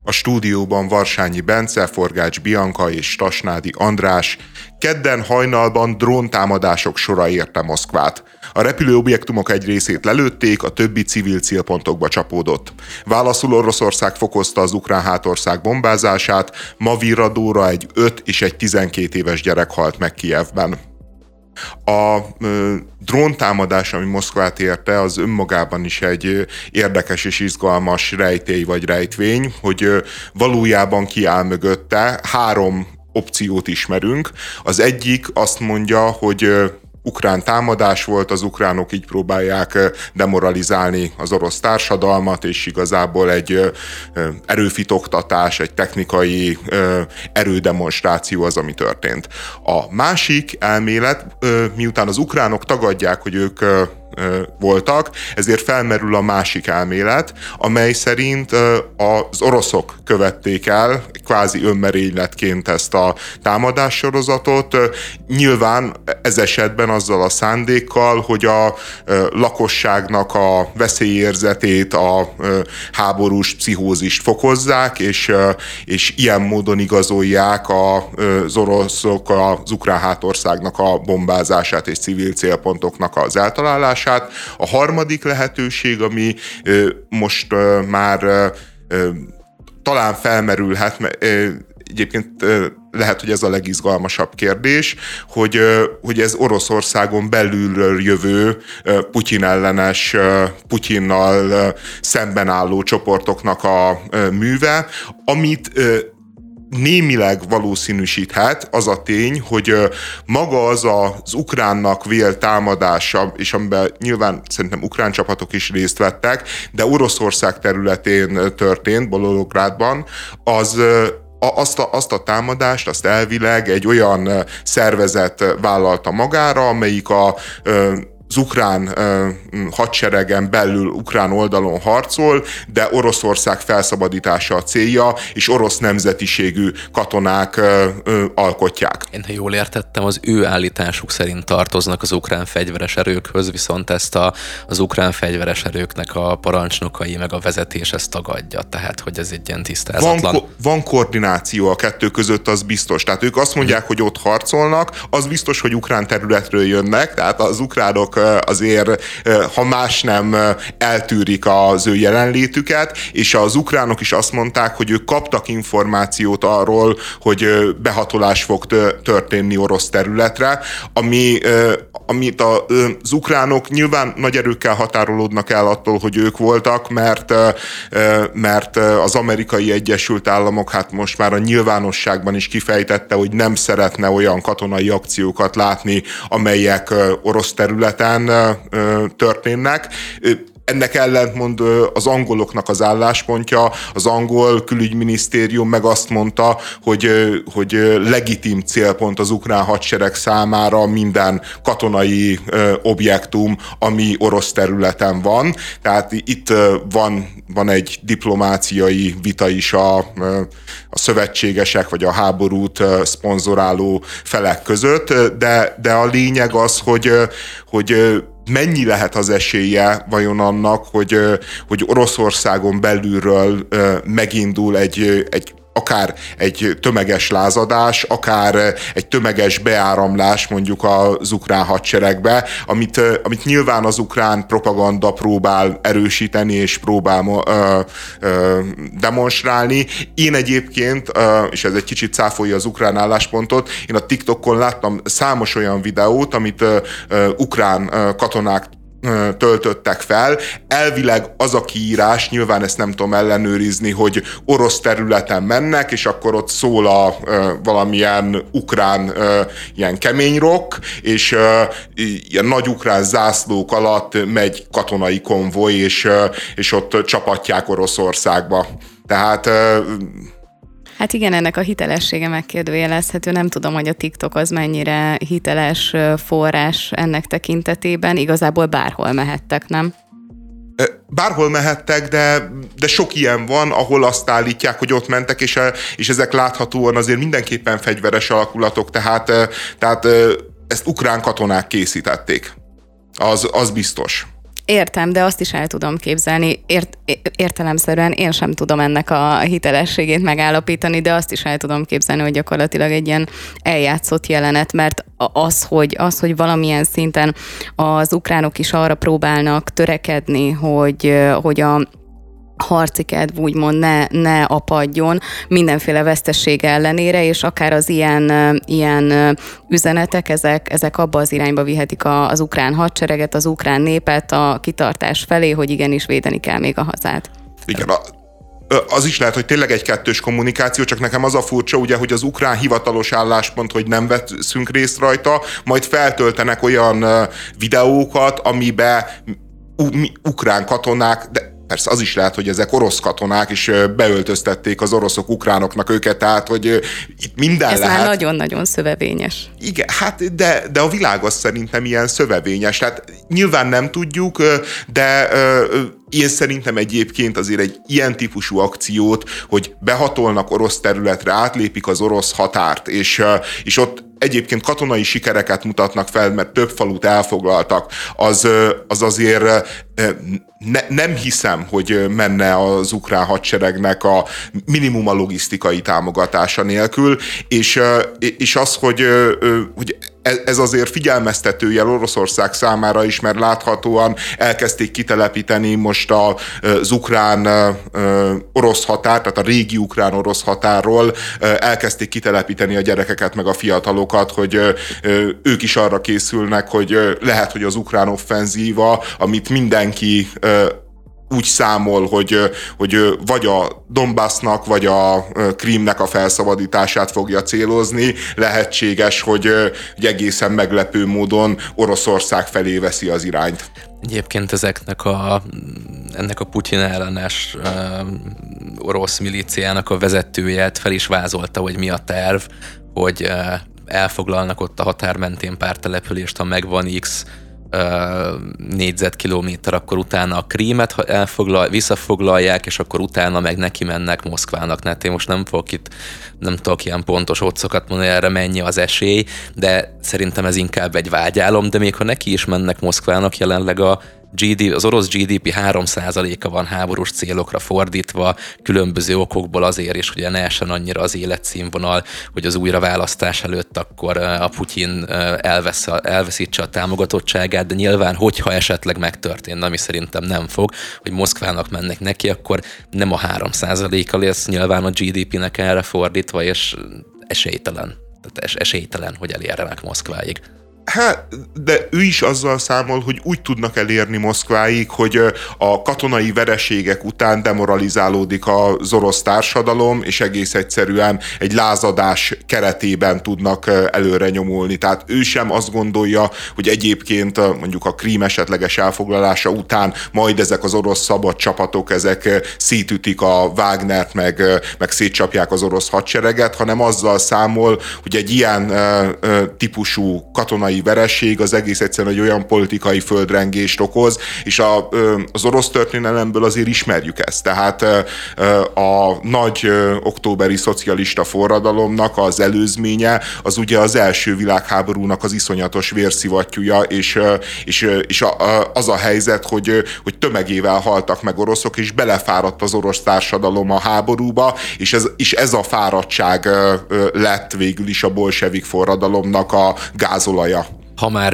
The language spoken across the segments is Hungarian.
A stúdióban Varsányi Bence, Forgács Bianka és Stasnádi András. Kedden hajnalban dróntámadások sora érte Moszkvát. A repülőobjektumok egy részét lelőtték, a többi civil célpontokba csapódott. Válaszul Oroszország fokozta az ukrán hátország bombázását, ma Virradóra egy 5 és egy 12 éves gyerek halt meg Kijevben. A dróntámadás, ami Moszkvát érte, az önmagában is egy érdekes és izgalmas rejtély vagy rejtvény, hogy valójában ki áll mögötte. 3 opciót ismerünk. Az egyik azt mondja, hogy ukrán támadás volt, az ukránok így próbálják demoralizálni az orosz társadalmat, és igazából egy erőfitoktatás, egy technikai erődemonstráció az, ami történt. A másik elmélet, miután az ukránok tagadják, hogy ők voltak, ezért felmerül a másik elmélet, amely szerint az oroszok követték el kvázi önmerényletként ezt a támadássorozatot, nyilván ez esetben azzal a szándékkal, hogy a lakosságnak a veszélyérzetét, a háborús pszichózist fokozzák, és ilyen módon igazolják az oroszok az ukrán hátországnak a bombázását és civil célpontoknak az eltalálását. A harmadik lehetőség, ami most már talán felmerülhet, egyébként lehet, hogy ez a legizgalmasabb kérdés, hogy ez Oroszországon belülről jövő Putyin ellenes, Putyinnal szemben álló csoportoknak a műve, amit némileg valószínűsíthet az a tény, hogy maga az ukránnak vélt támadása, és amiben nyilván szerintem ukrán csapatok is részt vettek, de Oroszország területén történt, Volgográdban, azt a támadást, azt elvileg egy olyan szervezet vállalta magára, amelyik az ukrán hadseregen belül ukrán oldalon harcol, de Oroszország felszabadítása a célja, és orosz nemzetiségű katonák alkotják. Én, ha jól értettem, az ő állításuk szerint tartoznak az ukrán fegyveres erőkhöz, viszont ezt az ukrán fegyveres erőknek a parancsnokai meg a vezetés ezt tagadja, tehát hogy ez egy ilyen tisztázatlan. Van koordináció a kettő között, az biztos. Tehát ők azt mondják, hogy ott harcolnak, az biztos, hogy ukrán területről jönnek, tehát az ukránok azért, ha más nem, eltűrik az ő jelenlétüket, és az ukránok is azt mondták, hogy ők kaptak információt arról, hogy behatolás fog történni orosz területre, amit az ukránok nyilván nagy erőkkel határolódnak el attól, hogy ők voltak, mert az Amerikai Egyesült Államok hát most már a nyilvánosságban is kifejtette, hogy nem szeretne olyan katonai akciókat látni, amelyek orosz területen történnek. Ennek ellentmond az angoloknak az álláspontja. Az angol külügyminisztérium meg azt mondta, hogy legitim célpont az ukrán hadsereg számára minden katonai objektum, ami orosz területen van. Tehát itt van egy diplomáciai vita is a szövetségesek vagy a háborút szponzoráló felek között, de a lényeg az, hogy mennyi lehet az esélye vajon annak, hogy Oroszországon belülről megindul akár egy tömeges lázadás, akár egy tömeges beáramlás mondjuk az ukrán hadseregbe, amit nyilván az ukrán propaganda próbál erősíteni és próbál demonstrálni. Én egyébként, és ez egy kicsit cáfolja az ukrán álláspontot, én a TikTokon láttam számos olyan videót, amit ukrán katonák töltöttek fel. Elvileg az a kiírás, nyilván ezt nem tudom ellenőrizni, hogy orosz területen mennek, és akkor ott szól valamilyen ukrán ilyen kemény rock, és ilyen nagy ukrán zászlók alatt megy katonai konvoj, és ott csapatják Oroszországba. Tehát Hát igen, ennek a hitelessége megkérdőjelezhető. Nem tudom, hogy a TikTok az mennyire hiteles forrás ennek tekintetében. Igazából bárhol mehettek, nem? Bárhol mehettek, de sok ilyen van, ahol azt állítják, hogy ott mentek, és ezek láthatóan azért mindenképpen fegyveres alakulatok, tehát ezt ukrán katonák készítették. Az biztos. Értem, de azt is el tudom képzelni. Értelemszerűen én sem tudom ennek a hitelességét megállapítani, de azt is el tudom képzelni, hogy gyakorlatilag egy ilyen eljátszott jelenet, mert az, hogy valamilyen szinten az ukránok is arra próbálnak törekedni, hogy a harci kedv úgymond ne apadjon mindenféle vesztesség ellenére, és akár az ilyen üzenetek, ezek abba az irányba vihetik az ukrán hadsereget, az ukrán népet a kitartás felé, hogy igenis védeni kell még a hazát. Igen, az is lehet, hogy tényleg egy kettős kommunikáció, csak nekem az a furcsa, ugye, hogy az ukrán hivatalos álláspont, hogy nem veszünk részt rajta, majd feltöltenek olyan videókat, amiben ukrán katonák, de persze az is lehet, hogy ezek orosz katonák, és beöltöztették az oroszok ukránoknak őket, tehát, hogy itt minden ez lehet. Ez már nagyon-nagyon szövevényes. Igen, hát de a világ az szerintem ilyen szövevényes. Tehát nyilván nem tudjuk, de én szerintem egyébként azért egy ilyen típusú akciót, hogy behatolnak orosz területre, átlépik az orosz határt, és ott egyébként katonai sikereket mutatnak fel, mert több falut elfoglaltak, az azért nem hiszem, hogy menne az ukrán hadseregnek a minimum a logisztikai támogatása nélkül, és az, hogy ez azért figyelmeztető jel Oroszország számára is, mert láthatóan elkezdték kitelepíteni most az ukrán-orosz határ, tehát a régi ukrán-orosz határról elkezdték kitelepíteni a gyerekeket meg a fiatalokat, hogy ők is arra készülnek, hogy lehet, hogy az ukrán offenzíva, amit mindenki úgy számol, hogy vagy a Donbassnak, vagy a Krímnek a felszabadítását fogja célozni, lehetséges, hogy egészen meglepő módon Oroszország felé veszi az irányt. Egyébként ennek a Putyin ellenes orosz milíciának a vezetőjét fel is vázolta, hogy mi a terv, hogy elfoglalnak ott a határ mentén pár települést, ha megvan X négyzetkilométer, akkor utána a Krímet visszafoglalják, és akkor utána meg neki mennek Moszkvának. Hát én most nem tudok ilyen pontos otcokat mondani, erre mennyi az esély, de szerintem ez inkább egy vágyálom, de még ha neki is mennek Moszkvának, jelenleg az orosz GDP 3%-a van háborús célokra fordítva, különböző okokból azért is, hogy ne essen annyira az életszínvonal, hogy az újraválasztás előtt akkor a Putyin elveszítse a támogatottságát, de nyilván, hogyha esetleg megtörténne, ami szerintem nem fog, hogy Moszkvának mennek neki, akkor nem a 3%-a lesz nyilván a GDP-nek erre fordítva, és esélytelen, hogy elérjenek Moszkváig. Hát, de ő is azzal számol, hogy úgy tudnak elérni Moszkváig, hogy a katonai vereségek után demoralizálódik az orosz társadalom, és egész egyszerűen egy lázadás keretében tudnak előre nyomulni. Tehát ő sem azt gondolja, hogy egyébként mondjuk a Krím esetleges elfoglalása után majd ezek az orosz szabad csapatok, ezek szétütik a Wagnert, meg szétcsapják az orosz hadsereget, hanem azzal számol, hogy egy ilyen típusú katonai vereség az egész egyszerűen egy olyan politikai földrengést okoz, és az orosz történelemből azért ismerjük ezt. Tehát a nagy októberi szocialista forradalomnak az előzménye az ugye az első világháborúnak az iszonyatos vérszivattyúja, és az a helyzet, hogy tömegével haltak meg oroszok, és belefáradt az orosz társadalom a háborúba, és ez a fáradtság lett végül is a bolsevik forradalomnak a gázolaja. Ha már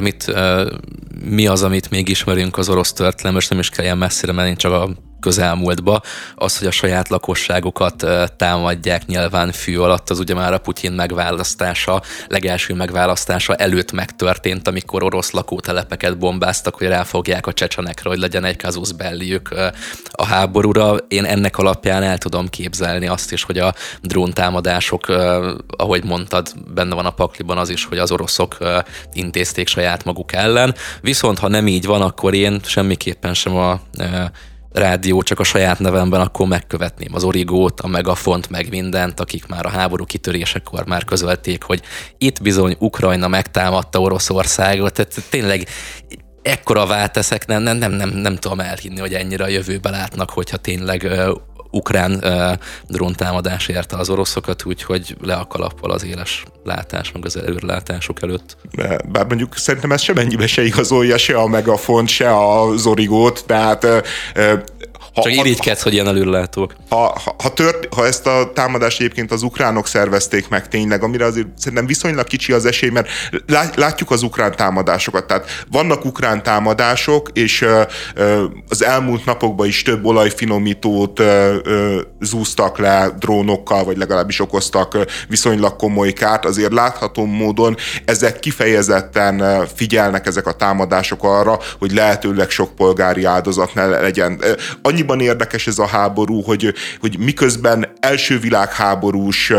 mi az, amit még ismerünk az orosz történelemben, és nem is kell ilyen messzire menni, csak a közelmúltba, az, hogy a saját lakosságokat támadják nyilván fű alatt, az ugye már a Putyin megválasztása, legelső megválasztása előtt megtörtént, amikor orosz lakótelepeket bombáztak, hogy ráfogják a csecsenekre, hogy legyen egy casus belliük a háborúra. Én ennek alapján el tudom képzelni azt is, hogy a dróntámadások, ahogy mondtad, benne van a pakliban az is, hogy az oroszok intézték saját maguk ellen. Viszont ha nem így van, akkor én semmiképpen sem a rádió, csak a saját nevemben akkor megkövetném az Origót, a Megafont, meg mindent, akik már a háború kitörésekor már közölték, hogy itt bizony Ukrajna megtámadta Oroszországot, tehát tényleg ekkoravá teszek, nem tudom elhinni, hogy ennyire a jövőbe látnak, hogyha tényleg ukrán dróntámadás érte az oroszokat, úgyhogy le a kalappal az éles látás, meg az előrelátásuk előtt. Bár mondjuk szerintem ez semennyibe se igazolja se a Megafont, se az Origót, tehát csak irigykedsz, hogy ilyen előrelátók. Ha ezt a támadást egyébként az ukránok szervezték meg tényleg, amire azért szerintem viszonylag kicsi az esély, mert látjuk az ukrán támadásokat, tehát vannak ukrán támadások, és az elmúlt napokban is több olajfinomítót zúztak le drónokkal, vagy legalábbis okoztak viszonylag komoly kárt, azért látható módon ezek kifejezetten figyelnek ezek a támadások arra, hogy lehetőleg sok polgári áldozat ne legyen. Annyiban érdekes ez a háború, hogy miközben első világháborús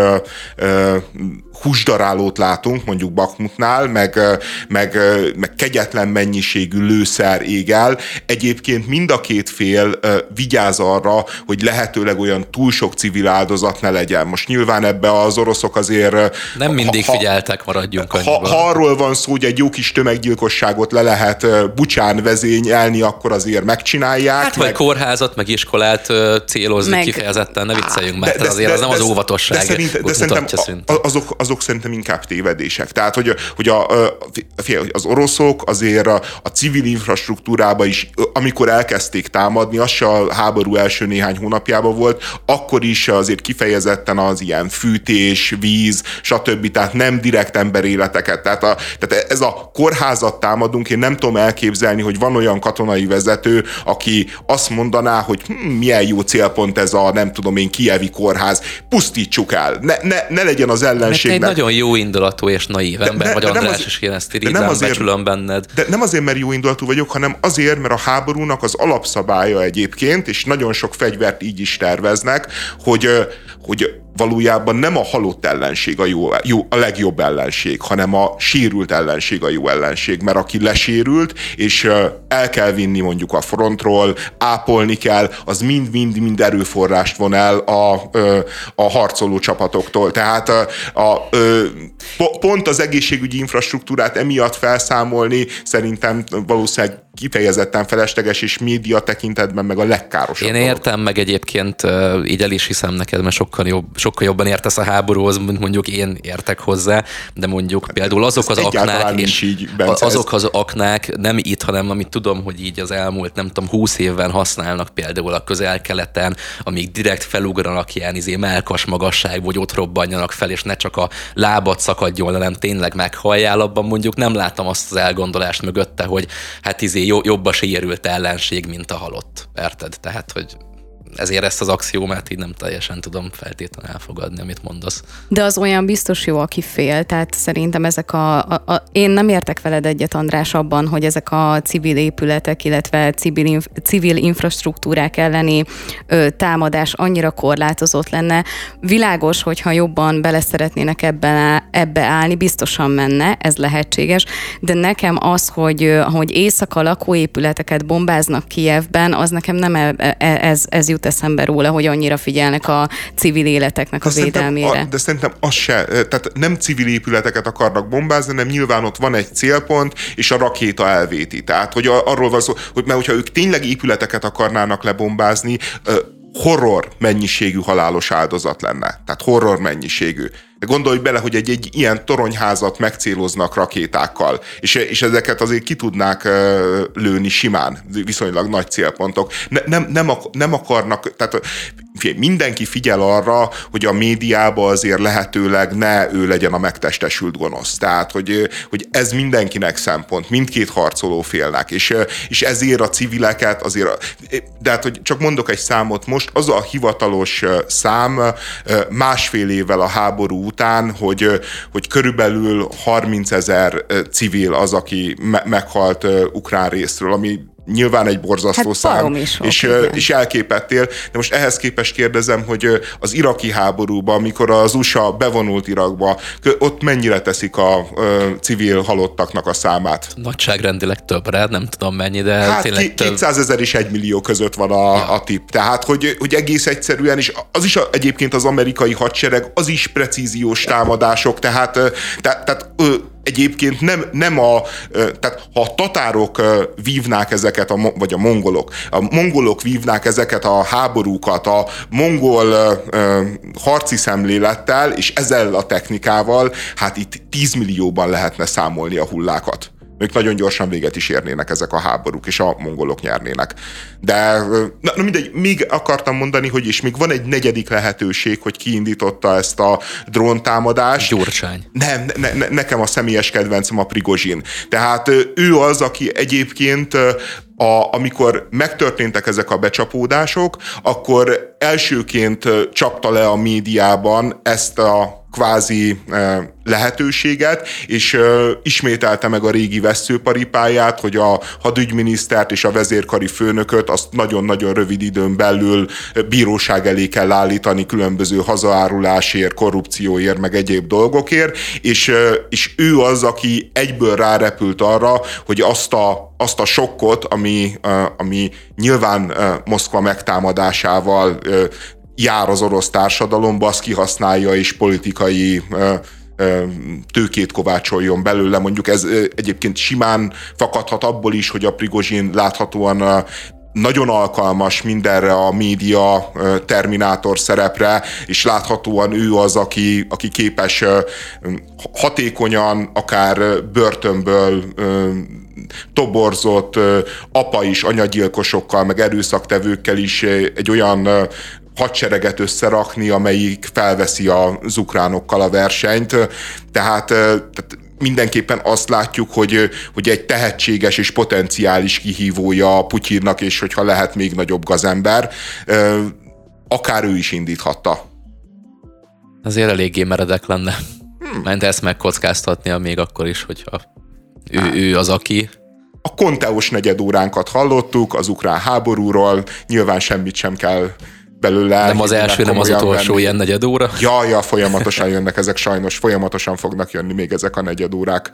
húsdarálót látunk, mondjuk Bakhmutnál, meg kegyetlen mennyiségű lőszer ég el. Egyébként mind a két fél vigyáz arra, hogy lehetőleg olyan túl sok civil áldozat ne legyen. Most nyilván ebbe az oroszok azért... Nem mindig figyeltek, maradjunk annyiban. Ha arról van szó, hogy egy jó kis tömeggyilkosságot le lehet Bucsán vezényelni, akkor azért megcsinálják. Hát vagy kórházat, meg iskolát célozni kifejezetten, ne vicceljünk már, azért az nem az óvatosság. De szerintem azok szerintem inkább tévedések. Tehát, hogy az oroszok azért a civil infrastruktúrába is, amikor elkezdték támadni, az se a háború első néhány hónapjában volt, akkor is azért kifejezetten az ilyen fűtés, víz, stb. Tehát nem direkt emberéleteket. Tehát ez a kórházat támadunk, én nem tudom elképzelni, hogy van olyan katonai vezető, aki azt mondaná, hogy milyen jó célpont ez a, nem tudom én, kijevi kórház, pusztítsuk el, ne legyen az ellenségnek. Mert egy nagyon jó indulatú és naív ember, vagy András is, én ezt irigyzem, becsülöm benned. De nem azért, mert jó indulatú vagyok, hanem azért, mert a háborúnak az alapszabálya egyébként, és nagyon sok fegyvert így is terveznek, hogy valójában nem a halott ellenség a legjobb ellenség, hanem a sérült ellenség a jó ellenség, mert aki lesérült, és el kell vinni mondjuk a frontról, ápolni kell, az mind erőforrást von el a harcoló csapatoktól. Tehát pont az egészségügyi infrastruktúrát emiatt felszámolni szerintem valószínűleg kifejezetten felesleges, és média tekintetben meg a legkárosabb. Én értem, meg egyébként így el is hiszem neked, mert sokkal jobban értesz a háborúhoz, mint mondjuk én értek hozzá, de mondjuk például azok az aknák, és azok az aknák nem itt, hanem amit tudom, hogy így az elmúlt, nem tudom, 20 évben használnak például a Közel-Keleten, amíg direkt felugranak ilyen melkas magasságba, hogy ott robbanjanak fel, és ne csak a lábad szakadjon, hanem tényleg meghalljál, abban mondjuk nem láttam azt az elgondolást mögötte, hogy hát jobb a sérült ellenség, mint a halott. Érted? Tehát, hogy ezért ezt az axiómát így nem teljesen tudom feltétlenül elfogadni, amit mondasz. De az olyan biztos jó, aki fél. Tehát szerintem ezek én nem értek veled egyet, András, abban, hogy ezek a civil épületek, illetve civil infrastruktúrák elleni támadás annyira korlátozott lenne. Világos, hogyha jobban bele szeretnének ebbe állni, biztosan menne, ez lehetséges, de nekem az, hogy éjszaka lakóépületeket bombáznak Kijevben, az nekem nem ez jut eszembe róla, hogy annyira figyelnek a civil életeknek a védelmére. De szerintem az se, tehát nem civil épületeket akarnak bombázni, hanem nyilván ott van egy célpont, és a rakéta elvéti. Tehát, hogy arról van szó, hogy mert hogyha ők tényleg épületeket akarnának lebombázni, horror mennyiségű halálos áldozat lenne. Tehát horror mennyiségű. De gondolj bele, hogy egy ilyen toronyházat megcéloznak rakétákkal, és ezeket azért ki tudnák lőni simán, viszonylag nagy célpontok. Nem akarnak, tehát mindenki figyel arra, hogy a médiában azért lehetőleg ne ő legyen a megtestesült gonosz. Tehát, hogy ez mindenkinek szempont, mindkét harcoló félnek, és ezért a civileket azért, de hát, hogy csak mondok egy számot most, az a hivatalos szám másfél évvel a háború után, hogy körülbelül 30 000 civil az, aki meghalt ukrán részről, ami nyilván egy borzasztó szám, és elképettél. De most ehhez képest kérdezem, hogy az iraki háborúban, amikor az USA bevonult Irakba, ott mennyire teszik a civil halottaknak a számát? Nagyságrendileg többre, nem tudom mennyi, de hát tényleg 200 000 és 1 millió között van a tipp. Tehát, hogy egész egyszerűen, és az is egyébként az amerikai hadsereg, az is precíziós támadások, tehát egyébként tehát ha a tatárok vívnák ezeket, vagy a mongolok vívnák ezeket a háborúkat a mongol harci szemlélettel, és ezzel a technikával, hát itt 10 millióban lehetne számolni a hullákat. Ők nagyon gyorsan véget is érnének ezek a háborúk, és a mongolok nyernének. De na mindegy, még akartam mondani, hogy és még van egy negyedik lehetőség, hogy kiindította ezt a dróntámadást. Gyurcsány. Nem, nekem a személyes kedvencem a Prigozsin. Tehát ő az, aki egyébként amikor megtörténtek ezek a becsapódások, akkor elsőként csapta le a médiában ezt a kvázi lehetőséget, és ismételte meg a régi vesszőparipáját, hogy a hadügyminisztert és a vezérkari főnököt azt nagyon-nagyon rövid időn belül bíróság elé kell állítani különböző hazaárulásért, korrupcióért, meg egyéb dolgokért, és ő az, aki egyből rárepült arra, hogy azt a sokkot, ami nyilván Moszkva megtámadásával jár az orosz társadalomba, azt kihasználja és politikai tőkét kovácsoljon belőle. Mondjuk ez egyébként simán fakadhat abból is, hogy a Prigozsin láthatóan nagyon alkalmas mindenre a média terminátor szerepre, és láthatóan ő az, aki képes hatékonyan, akár börtönből toborzott apa is anyagyilkosokkal, meg erőszaktevőkkel is egy olyan hadsereget összerakni, amelyik felveszi az ukránokkal a versenyt. Tehát mindenképpen azt látjuk, hogy egy tehetséges és potenciális kihívója Putyinnak, és hogyha lehet még nagyobb gazember, akár ő is indíthatta. Azért eléggé meredek lenne. Ment ezt megkockáztatnia még akkor is, hogyha ő az, aki... A konteós negyedóránkat hallottuk az ukrán háborúról, nyilván semmit sem kell belőle. Nem az első, nem az utolsó ilyen negyed óra? Ja, folyamatosan jönnek ezek, sajnos folyamatosan fognak jönni még ezek a negyedórák.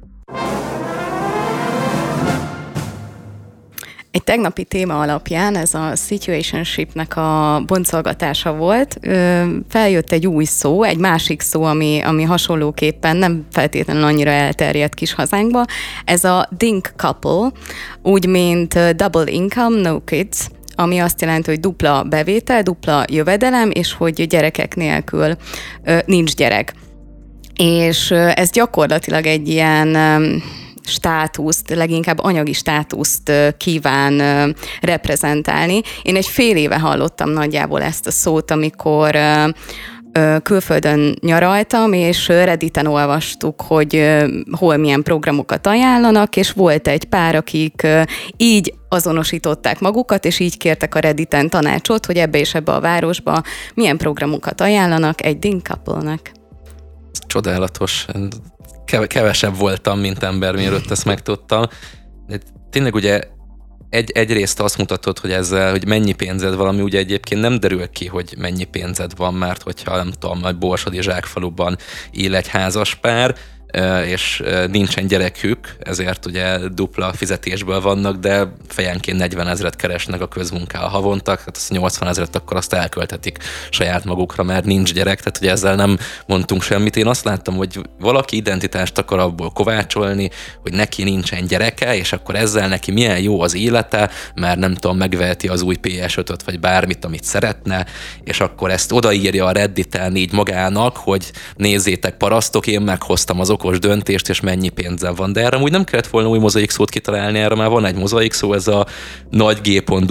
Egy tegnapi téma alapján ez a situationshipnek a boncolgatása volt. Feljött egy új szó, egy másik szó, ami hasonlóképpen nem feltétlenül annyira elterjedt kis hazánkba. Ez a dink couple, úgy mint double income, no kids, ami azt jelenti, hogy dupla bevétel, dupla jövedelem, és hogy gyerekek nélkül nincs gyerek. És ez gyakorlatilag egy ilyen státuszt, leginkább anyagi státuszt kíván reprezentálni. Én egy fél éve hallottam nagyjából ezt a szót, amikor külföldön nyaraltam, és Redditen olvastuk, hogy hol milyen programokat ajánlanak, és volt egy pár, akik így azonosították magukat, és így kértek a Redditen tanácsot, hogy ebbe és ebbe a városba milyen programokat ajánlanak egy dink couple-nek. Csodálatos. Kevesebb voltam, mint ember, mielőtt ezt megtudtam. De tényleg ugye egyrészt azt mutatod, hogy ezzel, hogy mennyi pénzed van, ami ugye egyébként nem derül ki, hogy mennyi pénzed van, mert hogyha nem tudom, majd Borsodi Zsákfaluban él egy házaspár, és nincsen gyerekük, ezért ugye dupla fizetésből vannak, de fejenként 40 000 keresnek a közmunkába havonta, hát az 80 000 akkor azt elkölthetik saját magukra, mert nincs gyerek, tehát ugye ezzel nem mondtunk semmit. Én azt láttam, hogy valaki identitást akar abból kovácsolni, hogy neki nincsen gyereke, és akkor ezzel neki milyen jó az élete, mert nem tudom, megveheti az új PS5-öt, vagy bármit, amit szeretne, és akkor ezt odaírja a Redditen így magának, hogy nézzétek parasztok, én meghoztam az okos döntést, és mennyi pénzem van. De erre úgy nem kellett volna új mozaik szót kitalálni, erre már van egy mozaik szó, ez a nagy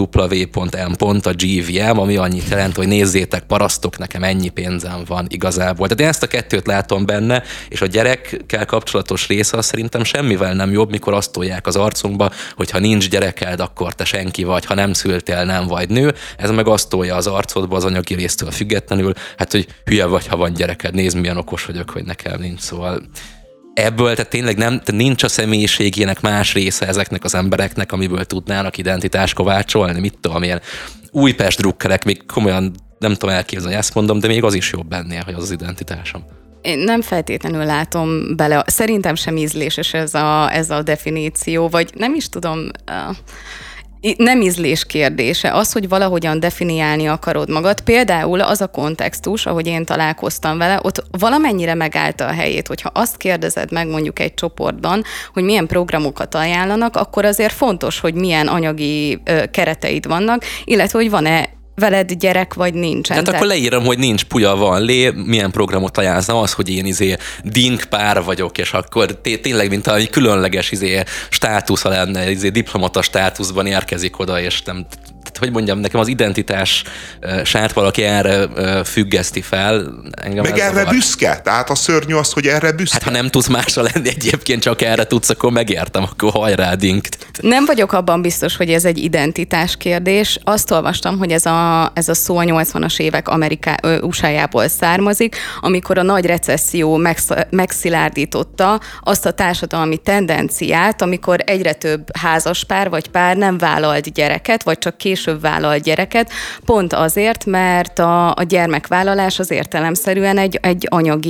G.W.M. a GVM, ami annyit jelent, hogy nézzétek parasztok, nekem ennyi pénzem van igazából. Tehát én ezt a kettőt látom benne, és a gyerekkel kapcsolatos része az szerintem semmivel nem jobb, mikor azt tolják az arcunkba, hogy ha nincs gyereked, akkor te senki vagy, ha nem szültél, nem vagy nő. Ez meg azt tolja az arcodba az anyagi résztől függetlenül, hát hogy hülye vagy, ha van gyereked, nézd milyen okos vagyok, hogy nekem nincs. Szóval ebből tehát tényleg nincs a személyiségének más része ezeknek az embereknek, amiből tudnának identitást kovácsolni, mit tudom, ilyen Újpest drukkerek, még komolyan nem tudom elképzelni, ezt mondom, de még az is jobb ennél, hogy az az identitásom. Én nem feltétlenül látom bele, szerintem sem ízléses ez a definíció, vagy nem is tudom, nem ízlés kérdése. Az, hogy valahogyan definiálni akarod magad, például az a kontextus, ahogy én találkoztam vele, ott valamennyire megállta a helyét, hogyha azt kérdezed meg mondjuk egy csoportban, hogy milyen programokat ajánlanak, akkor azért fontos, hogy milyen anyagi kereteid vannak, illetve hogy van-e veled gyerek, vagy nincsen. Tehát akkor leírom, hogy nincs pulya, van lé, milyen programot ajánlsz, az, hogy én dink pár vagyok, és akkor tényleg, mint egy különleges státusza lenne, diplomata státuszban érkezik oda, és nem, hogy mondjam, nekem az identitását valaki erre függeszti fel. Engem meg erre büszke? Tehát a szörnyű az, hogy erre büszke? Hát ha nem tudsz másra lenni egyébként, csak erre tudsz, akkor megértem, akkor hajrá, dink. Nem vagyok abban biztos, hogy ez egy identitás kérdés. Azt olvastam, hogy ez a szó a 80-as évek USA-jából származik, amikor a nagy recesszió megszilárdította azt a társadalmi tendenciát, amikor egyre több házaspár vagy pár nem vállalt gyereket, vagy csak később vállalt gyereket, pont azért, mert a gyermekvállalás az értelemszerűen egy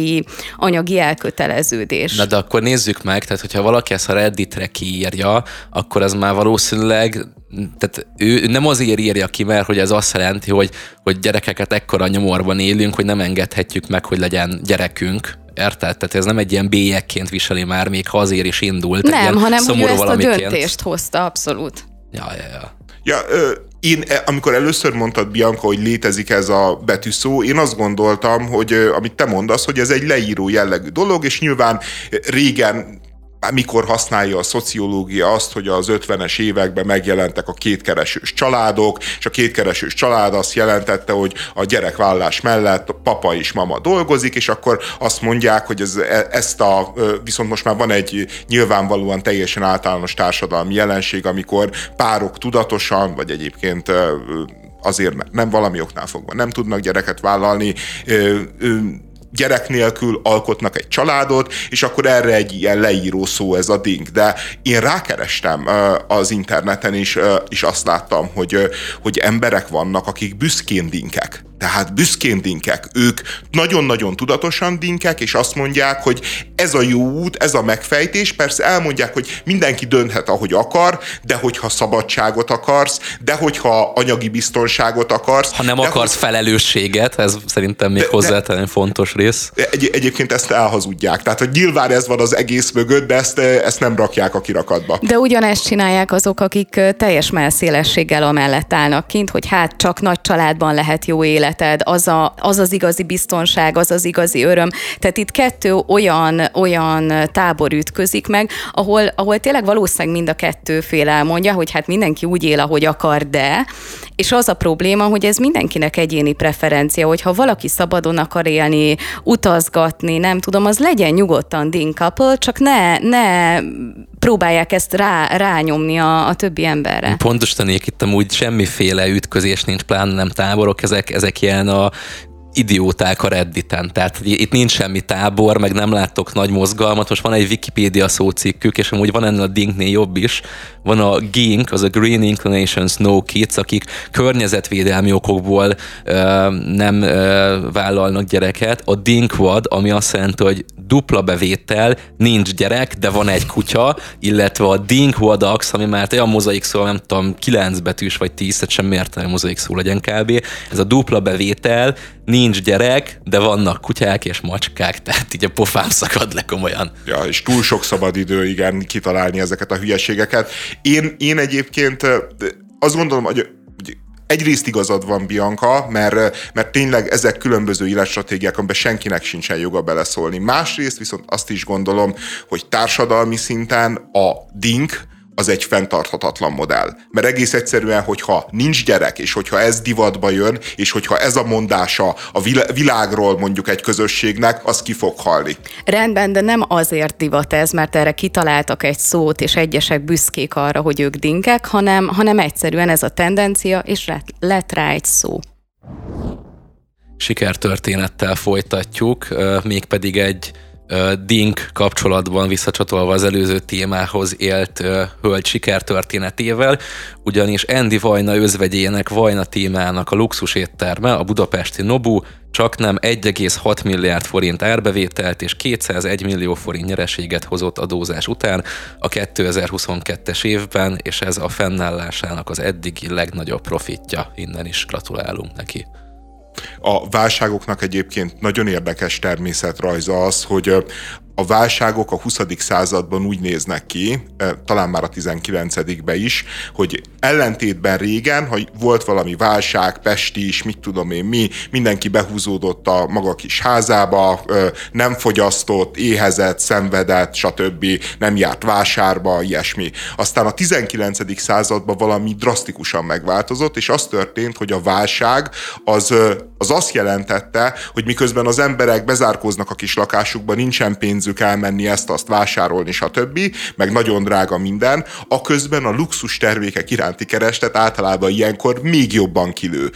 anyagi elköteleződés. Na de akkor nézzük meg, tehát hogyha valaki ezt a Redditre kiírja, akkor az már valószínűleg, tehát ő nem azért írja ki, mert hogy ez azt jelenti, hogy gyerekeket ekkora nyomorban élünk, hogy nem engedhetjük meg, hogy legyen gyerekünk. Érted? Tehát ez nem egy ilyen bélyegként viseli már, még ha azért is indult. Nem, hanem hogy ő ezt a döntést hozta, abszolút. Ja. Én, amikor először mondtad, Bianca, hogy létezik ez a betűszó, én azt gondoltam, hogy amit te mondasz, hogy ez egy leíró jellegű dolog, és nyilván régen, mikor használja a szociológia azt, hogy az 50-es években megjelentek a kétkeresős családok, és a kétkeresős család azt jelentette, hogy a gyerekvállalás mellett papa és mama dolgozik, és akkor azt mondják, hogy viszont most már van egy nyilvánvalóan teljesen általános társadalmi jelenség, amikor párok tudatosan, vagy egyébként azért nem valami oknál fogva nem tudnak gyereket vállalni, gyerek nélkül alkotnak egy családot, és akkor erre egy ilyen leíró szó ez a dink. De én rákerestem az interneten is, és azt láttam, hogy emberek vannak, akik büszkén dinkek. Tehát büszkén dinkek. Ők nagyon-nagyon tudatosan dinkek, és azt mondják, hogy ez a jó út, ez a megfejtés. Persze elmondják, hogy mindenki dönthet, ahogy akar, de hogyha szabadságot akarsz, de hogyha anyagi biztonságot akarsz. Ha nem akarsz felelősséget, ez szerintem még hozzátenni fontos rész. Egyébként ezt elhazudják. Tehát, hogy nyilván ez van az egész mögött, de ezt nem rakják a kirakatba. De ugyanezt csinálják azok, akik teljes mellszélességgel amellett állnak kint, hogy hát csak nagy családban lehet jó élet, az az igazi biztonság, az az igazi öröm. Tehát itt kettő olyan tábor ütközik meg, ahol tényleg valószínűleg mind a kettő fél elmondja, hogy hát mindenki úgy él, ahogy akar, de, és az a probléma, hogy ez mindenkinek egyéni preferencia, hogyha valaki szabadon akar élni, utazgatni, nem tudom, az legyen nyugodtan dink couple, csak ne próbálják ezt rányomni a többi emberre. Pontosanék itt amúgy semmiféle ütközés nincs, pláne nem táborok, ezek ilyen a idióták a Redditen. Tehát itt nincs semmi tábor, meg nem láttok nagy mozgalmat. Most van egy Wikipédia szócikkük, és amúgy van ennél a Dinknél jobb is. Van a GINK, az a Green Inclinations No Kids, akik környezetvédelmi okokból nem vállalnak gyereket. A DINKWAD, ami azt jelenti, hogy dupla bevétel, nincs gyerek, de van egy kutya, illetve a DINKWADAX, ami már olyan mozaik szó, nem tudom, 9 betűs vagy 10, tehát semmi értelme mozaik szó legyen kb. Ez a dupla bevétel, nincs gyerek, de vannak kutyák és macskák, tehát így a pofám szakad le komolyan. Ja, és túl sok szabadidő, igen, kitalálni ezeket a hülyeségeket. Én egyébként azt gondolom, hogy egyrészt igazad van, Bianca, mert tényleg ezek különböző életstratégiák, amiben senkinek sincsen joga beleszólni. Másrészt viszont azt is gondolom, hogy társadalmi szinten a dink az egy fenntarthatatlan modell. Mert egész egyszerűen, hogyha nincs gyerek, és hogyha ez divatba jön, és hogyha ez a mondása a világról mondjuk egy közösségnek, az ki fog halni. Rendben, de nem azért divat ez, mert erre kitaláltak egy szót, és egyesek büszkék arra, hogy ők dinkek, hanem egyszerűen ez a tendencia, és lett rá egy szó. Sikertörténettel folytatjuk, mégpedig egy Dink kapcsolatban visszacsatolva az előző témához élt hölgy sikertörténetével, ugyanis Andy Vajna özvegyének, Vajna témának a luxus étterme, a budapesti Nobu csaknem 1,6 milliárd forint árbevételt és 201 millió forint nyereséget hozott adózás után a 2022-es évben, és ez a fennállásának az eddigi legnagyobb profitja. Innen is gratulálunk neki. A válságoknak egyébként nagyon érdekes természetrajza az, hogy a válságok a 20. században úgy néznek ki, talán már a 19-ben is, hogy ellentétben régen, ha volt valami válság, pesti is, mit tudom én mi, mindenki behúzódott a maga kis házába, nem fogyasztott, éhezett, szenvedett, stb. Nem járt vásárba, ilyesmi. Aztán a 19. században valami drasztikusan megváltozott, és az történt, hogy a válság az azt jelentette, hogy miközben az emberek bezárkóznak a kis lakásukba, nincsen pénzük elmenni ezt-azt vásárolni, stb., meg nagyon drága minden, aközben a luxus termékek iránti kereslet általában ilyenkor még jobban kilő.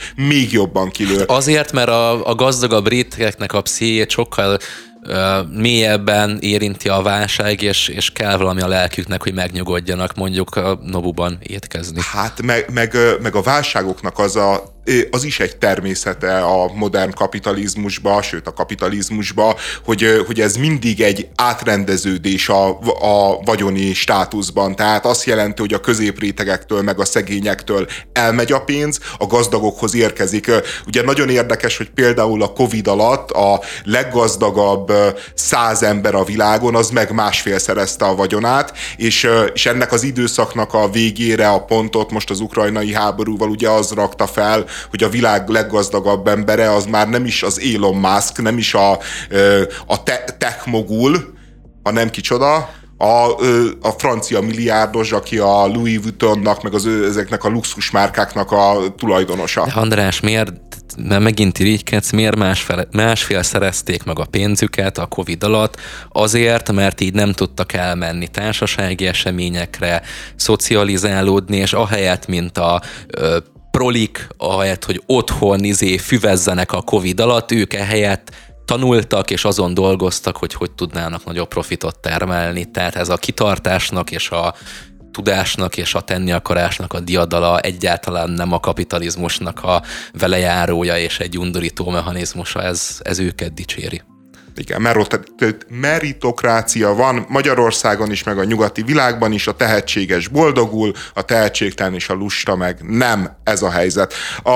Azért, mert a gazdagabb rétegeknek a pszichéjét sokkal mélyebben érinti a válság, és kell valami a lelküknek, hogy megnyugodjanak mondjuk a Nobuban étkezni. Hát meg a válságoknak az is egy természete a modern kapitalizmusba, sőt a kapitalizmusba, hogy ez mindig egy átrendeződés a vagyoni státuszban. Tehát azt jelenti, hogy a középrétegektől meg a szegényektől elmegy a pénz, a gazdagokhoz érkezik. Ugye nagyon érdekes, hogy például a Covid alatt a leggazdagabb 100 ember a világon, az meg másfélszerezte a vagyonát, és ennek az időszaknak a végére a pontot most az ukrajnai háborúval ugye az rakta fel, hogy a világ leggazdagabb embere az már nem is az Elon Musk, nem is a tech mogul, hanem kicsoda, a francia milliárdos, aki a Louis Vuittonnak, meg ezeknek a luxusmárkáknak a tulajdonosa. De András, miért megint irigykedsz, miért másfél szerezték meg a pénzüket a Covid alatt? Azért, mert így nem tudtak elmenni társasági eseményekre, szocializálódni, és ahelyett, mint a prolik, ahelyett, hogy otthon füvezzenek a Covid alatt, ők ehelyett tanultak és azon dolgoztak, hogy tudnának nagyobb profitot termelni. Tehát ez a kitartásnak és a tudásnak és a tenni akarásnak a diadala egyáltalán nem a kapitalizmusnak a velejárója és egy undorító mechanizmusa, ez őket dicséri. Igen, meritokrácia van Magyarországon is, meg a nyugati világban is, a tehetséges boldogul, a tehetségtelen és a lusta meg nem, ez a helyzet.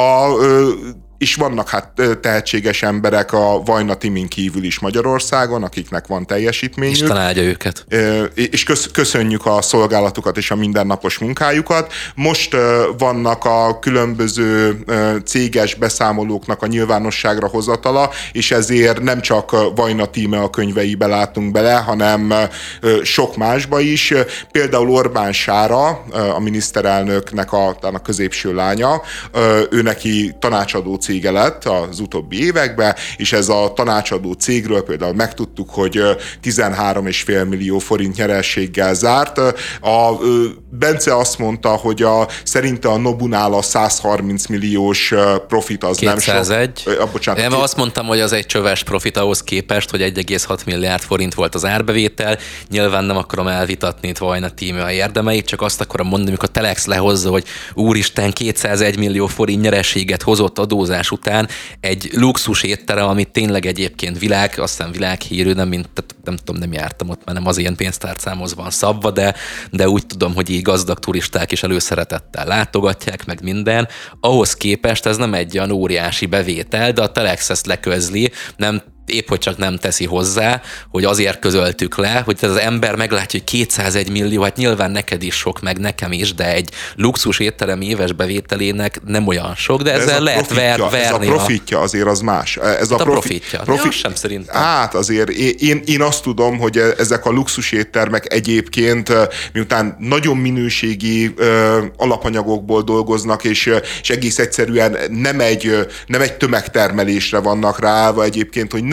És vannak hát tehetséges emberek a Vajna Timin kívül is Magyarországon, akiknek van teljesítményük. Isten áldja őket. És köszönjük a szolgálatukat és a mindennapos munkájukat. Most vannak a különböző céges beszámolóknak a nyilvánosságra hozatala, és ezért nem csak Vajna Tíme a könyveibe látunk bele, hanem sok másba is. Például Orbán Sára, a miniszterelnöknek a középső lánya, ő neki tanácsadó cége lett az utóbbi években, és ez a tanácsadó cégről például megtudtuk, hogy 13,5 millió forint nyerességgel zárt. A Bence azt mondta, hogy szerinte a Nobunál a 130 milliós profit az 201. nem sok. Bocsánat. Nem, azt mondtam, hogy az egy csöves profit ahhoz képest, hogy 1,6 milliárd forint volt az árbevétel. Nyilván nem akarom elvitatni itt Vajna Tíme a érdemeit, csak azt akarom mondani, amikor a Telex lehozza, hogy úristen, 201 millió forint nyereséget hozott adózás után egy luxus étterem, amit tényleg egyébként aztán világhírű, nem tudom, nem jártam ott, mert nem az ilyen pénztárcámhoz van szabva, de úgy tudom, hogy így gazdag turisták is előszeretettel látogatják, meg minden. Ahhoz képest ez nem egy olyan óriási bevétel, de a Telex ezt leközli, épp hogy csak nem teszi hozzá, hogy azért közöltük le, hogy az ember meglátja, hogy 201 millió, hát nyilván neked is sok, meg nekem is, de egy luxus étterem éves bevételének nem olyan sok, de ezzel lehet verni. Ez a profitja azért az más. Ez a profitja. Sem szerintem. Hát azért én azt tudom, hogy ezek a luxus éttermek egyébként, miután nagyon minőségi alapanyagokból dolgoznak, és egész egyszerűen nem egy tömegtermelésre vannak ráállva egyébként, hogy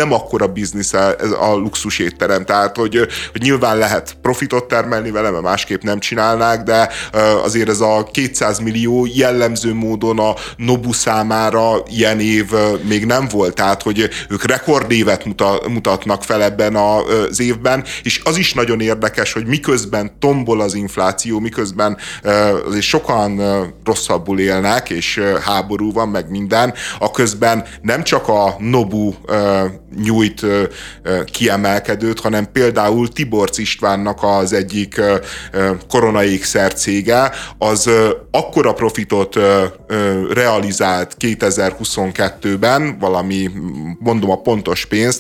nem akkora biznisz ez a luxus étterem. Tehát, hogy nyilván lehet profitot termelni vele, mert másképp nem csinálnák, de azért ez a 200 millió jellemző módon a Nobu számára ilyen év még nem volt. Tehát, hogy ők rekordévet mutatnak fel ebben az évben, és az is nagyon érdekes, hogy miközben tombol az infláció, miközben azért sokan rosszabbul élnek, és háború van, meg minden, aközben nem csak a Nobu nyújt kiemelkedőt, hanem például Tiborcs Istvánnak az egyik koronaékszer cége, az akkora profitot realizált 2022-ben, valami, mondom a pontos pénzt,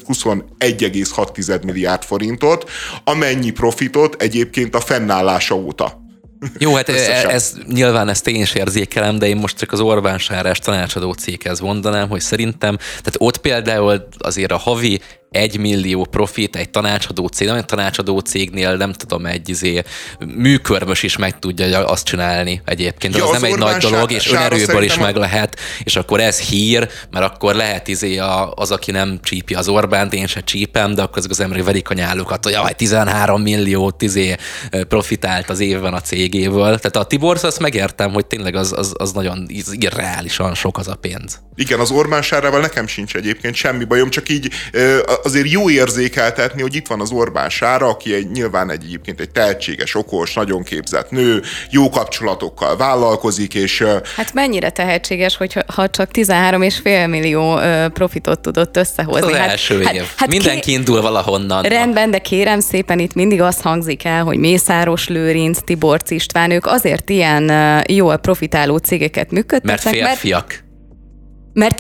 21,6 milliárd forintot, amennyi profitot egyébként a fennállása óta. Jó, hát nyilván ezt én is érzékelem, de én most csak az Orbán Sárás tanácsadó céghez mondanám, hogy szerintem, tehát ott például azért a havi 1 millió profit egy tanácsadó cég, nem egy tanácsadó cégnél, nem tudom, egy műkörmös is meg tudja azt csinálni egyébként. Ja, az nem egy nagy dolog, és önerőből is meg lehet, és akkor ez hír, mert akkor lehet az, aki nem csípi az Orbánt, én se csípem, de akkor az emberek verik a nyálukat, hogy 13 milliót profitált az évben a cégéből. Tehát a Tiborcs, azt megértem, hogy tényleg az nagyon irreálisan sok az a pénz. Igen, az Orbán Sárával nekem sincs egyébként semmi bajom, csak így azért jó érzékeltetni, hogy itt van az Orbán Sára, aki nyilván egyébként egy tehetséges, okos, nagyon képzett nő, jó kapcsolatokkal vállalkozik, és... Hát mennyire tehetséges, ha csak 13,5 millió profitot tudott összehozni? Az első év. Mindenki indul valahonnan. Rendben, de kérem szépen, itt mindig az hangzik el, hogy Mészáros Lőrinc, Tiborcs István, ők azért ilyen jól profitáló cégeket működtetnek, mert férfiak. Mert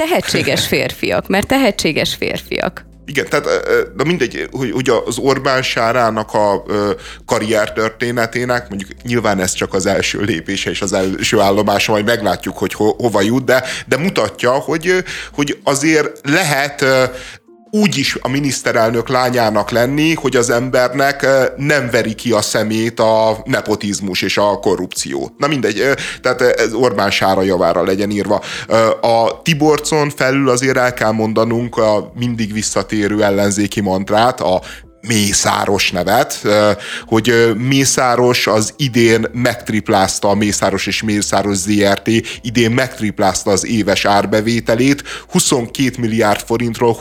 tehetséges férfiak. Igen, tehát de mindegy, hogy az Orbán Sárának a karriertörténetének, mondjuk nyilván ez csak az első lépése és az első állomása, majd meglátjuk, hogy hova jut, de mutatja, hogy azért lehet úgy is a miniszterelnök lányának lenni, hogy az embernek nem veri ki a szemét a nepotizmus és a korrupció. Na mindegy, tehát ez Orbán Sára javára legyen írva. A Tiborcon felül azért el kell mondanunk a mindig visszatérő ellenzéki mantrát, a Mészáros nevet, hogy Mészáros az idén megtriplázta, a Mészáros és Mészáros ZRT idén megtriplázta az éves árbevételét, 22 milliárd forintról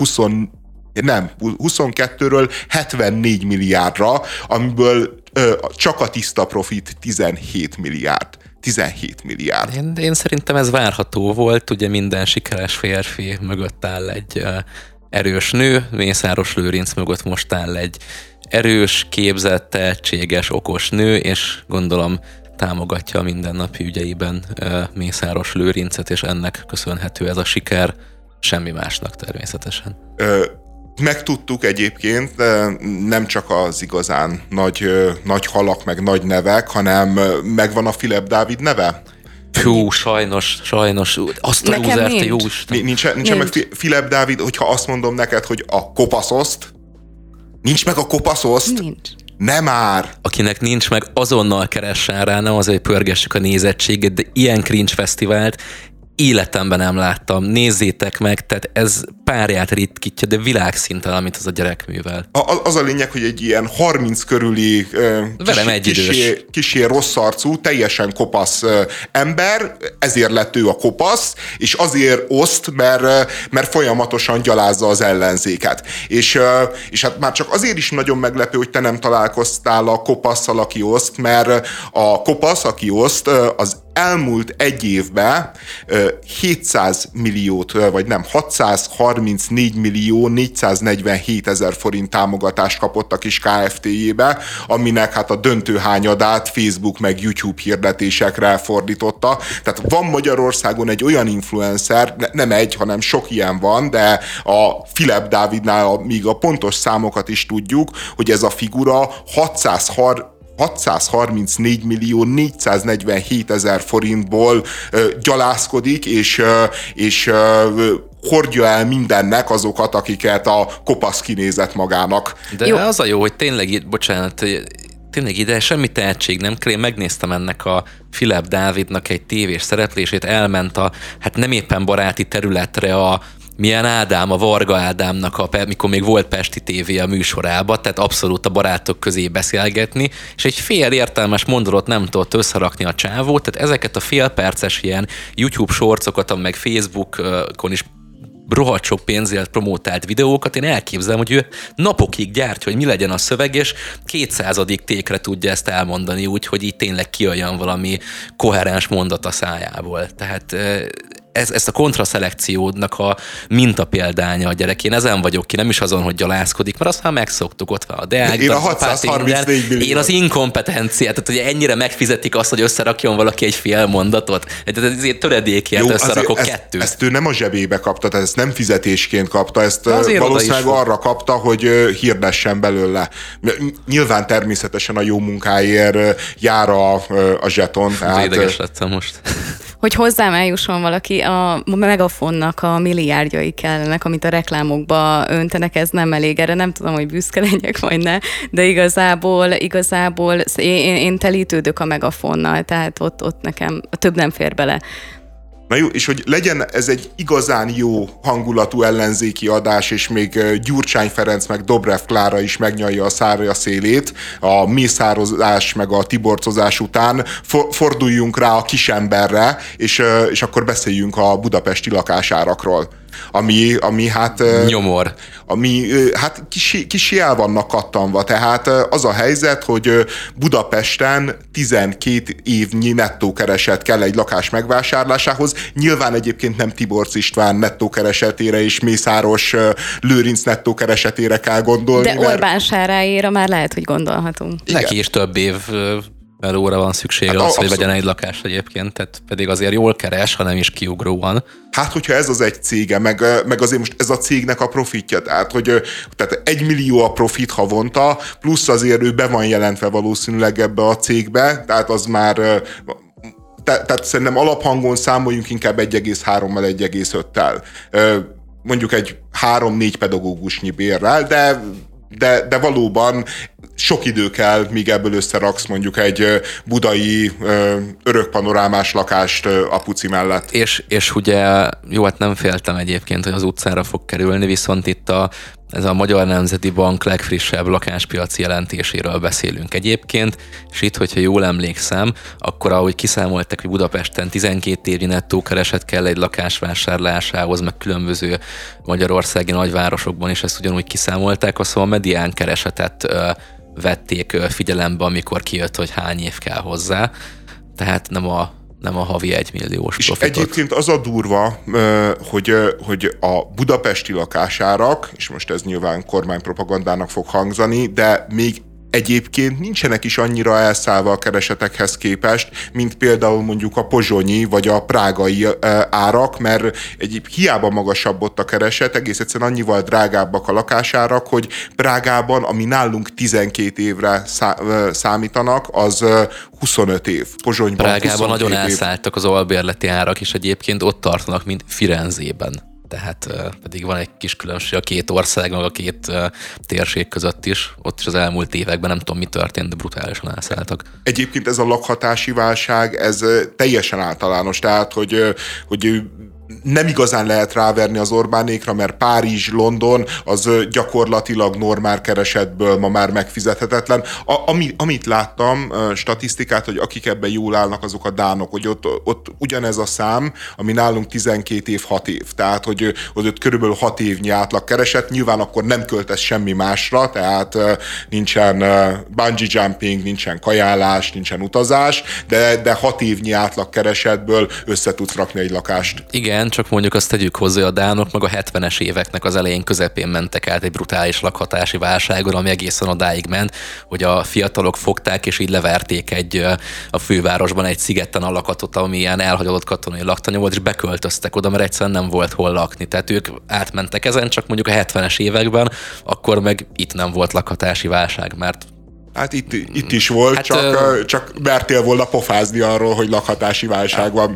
22-ről 74 milliárdra, amiből csak a tiszta profit 17 milliárd. 17 milliárd. Én szerintem ez várható volt, ugye minden sikeres férfi mögött áll egy erős nő, Mészáros Lőrinc mögött most áll egy erős, képzett, tehetséges, okos nő, és gondolom támogatja a mindennapi ügyeiben Mészáros Lőrincet, és ennek köszönhető ez a siker, semmi másnak természetesen. Megtudtuk egyébként nem csak az igazán nagy halak, meg nagy nevek, hanem megvan a Filip Dávid neve? Hú, sajnos, azt a usert, jó Isten. Nincs meg Filip Dávid, hogyha azt mondom neked, hogy a kopaszoszt? Nincs meg a kopaszoszt? Nincs. Nem már! Akinek nincs meg, azonnal keressen rá, nem azért, hogy pörgessük a nézettséget, de ilyen cringe fesztivált életemben nem láttam. Nézzétek meg, tehát ez párját ritkítja, de világszinten, amit az a gyerek művel. Az a lényeg, hogy egy ilyen 30 körüli kicsi rossz arcú, teljesen kopasz ember, ezért lett ő a kopasz, és azért oszt, mert folyamatosan gyalázza az ellenzéket. És hát már csak azért is nagyon meglepő, hogy te nem találkoztál a kopasszal, aki oszt, mert a kopasz, aki oszt, az elmúlt egy évben 700 milliót, vagy nem, 634 millió 447 ezer forint támogatást kapott a kis KFT-jébe, aminek hát a döntő hányadát Facebook meg YouTube hirdetésekre fordította. Tehát van Magyarországon egy olyan influencer, nem egy, hanem sok ilyen van, de a Filip Dávidnál még a pontos számokat is tudjuk, hogy ez a figura 634 millió 447 ezer forintból gyalázkodik, és hordja el mindennek azokat, akiket a kopasz kinézett magának. De jó. Az a jó, hogy tényleg, tényleg ide semmi tehetség nem kell. Én megnéztem ennek a Filip Dávidnak egy tévés szereplését, elment hát nem éppen baráti területre a milyen Ádám, a Varga Ádámnak, mikor még volt Pesti TV a műsorában, tehát abszolút a barátok közé beszélgetni, és egy fél értelmes mondatot nem tudott összerakni a csávó, tehát ezeket a félperces ilyen YouTube shortsokat, meg Facebookon is rohadt sok pénzért promótált videókat, én elképzelem, hogy ő napokig gyártja, hogy mi legyen a szöveg, és 200. tékre tudja ezt elmondani úgy, hogy itt tényleg kijöjjön valami koherens mondat a szájából. Tehát ezt a kontraszelekciónak a mintapéldánya a gyerek. Én ezen vagyok ki, nem is azon, hogy gyalázkodik, mert azt már megszoktuk, ott van a Deák. Én a 634 millió. Én az inkompetenciát, tehát ugye ennyire megfizetik azt, hogy összerakjon valaki egy fél mondatot. Tehát ezért töredékért összerakok kettőt. Ezt ő nem a zsebébe kapta, tehát ezt nem fizetésként kapta, ezt valószínűleg arra kapta, hogy hirdessen belőle. Nyilván természetesen a jó munkáért jár a zseton. Édeges lettem most. Hogy hozzám eljusson valaki, a Megafonnak a milliárdjai kellenek, amit a reklámokba öntenek, ez nem elég. Erre nem tudom, hogy büszke legyek, vagy ne, de igazából én telítődök a Megafonnal, tehát ott nekem több nem fér bele. Na jó, és hogy legyen ez egy igazán jó hangulatú ellenzéki adás, és még Gyurcsány Ferenc meg Dobrev Klára is megnyalja a szárja szélét, a mészározás meg a tiborcozás után, forduljunk rá a kisemberre, és akkor beszéljünk a budapesti lakásárakról. Ami hát... Nyomor. Ami hát kicsi el vannak kattanva. Tehát az a helyzet, hogy Budapesten 12 évnyi nettó kereset kell egy lakás megvásárlásához. Nyilván egyébként nem Tiborcs István nettó keresetére és Mészáros Lőrinc nettó keresetére kell gondolni. De Orbán Sáráéra már lehet, hogy gondolhatunk. Igen. Neki is több év melóra van szüksége az, hogy vegyen egy lakást egyébként, tehát pedig azért jól keres, ha nem is kiugróan. Hát, hogyha ez az egy cége, meg azért most ez a cégnek a profitja, tehát 1 millió a profit havonta, plusz azért ő be van jelentve valószínűleg ebbe a cégbe, tehát az már... Tehát szerintem alaphangon számoljunk inkább 1,3-mal, 1,5-tel. Mondjuk egy 3-4 pedagógusnyi bérrel, de valóban sok idő kell, míg ebből összeraksz mondjuk egy budai örökpanorámás lakást apuci mellett. És ugye, jó, hát nem féltem egyébként, hogy az utcára fog kerülni, viszont itt ez a Magyar Nemzeti Bank legfrissebb lakáspiaci jelentéséről beszélünk egyébként, és itt, hogyha jól emlékszem, akkor ahogy kiszámoltak, hogy Budapesten 12 évnyi nettó kereset kell egy lakás vásárlásához, meg különböző magyarországi nagyvárosokban is ezt ugyanúgy kiszámolták, szóval a medián keresetet vették figyelembe, amikor kijött, hogy hány év kell hozzá, tehát nem a havi 1 milliós profitot. És egyébként az a durva, hogy a budapesti lakásárak, és most ez nyilván kormánypropagandának fog hangzani, de még egyébként nincsenek is annyira elszállva a keresetekhez képest, mint például mondjuk a pozsonyi vagy a prágai árak, mert hiába magasabb ott a kereset, egész egyszerűen annyival drágábbak a lakásárak, hogy Prágában, ami nálunk 12 évre számítanak, az 25 év. Pozsonyban Prágában nagyon elszálltak az albérleti árak, és egyébként ott tartanak, mint Firenzében. Tehát pedig van egy kis különbség a két ország, meg a két térség között is. Ott is az elmúlt években nem tudom, mi történt, de brutálisan elszálltak. Egyébként ez a lakhatási válság, ez teljesen általános, tehát hogy nem igazán lehet ráverni az Orbánékra, mert Párizs, London az gyakorlatilag normál keresetből ma már megfizethetetlen. Amit láttam, statisztikát, hogy akik ebben jól állnak, azok a dánok, hogy ott ugyanez a szám, ami nálunk 12 év, 6 év. Tehát, hogy ott körülbelül 6 évnyi átlag kereset, nyilván akkor nem költesz semmi másra, tehát nincsen bungee jumping, nincsen kajálás, nincsen utazás, de 6 évnyi átlag keresetből össze tudsz rakni egy lakást. Igen, csak mondjuk azt tegyük hozzá, a dánok meg a 70-es éveknek az elején közepén mentek át egy brutális lakhatási válságon, ami egészen odáig ment, hogy a fiatalok fogták és így leverték a fővárosban egy szigeten a lakatot, ami ilyen elhagyott katonai laktanya volt, és beköltöztek oda, mert egyszerűen nem volt hol lakni. Tehát ők átmentek ezen, csak mondjuk a 70-es években, akkor meg itt nem volt lakhatási válság, mert hát itt is volt, csak mertél volna pofázni arról, hogy lakhatási válság van.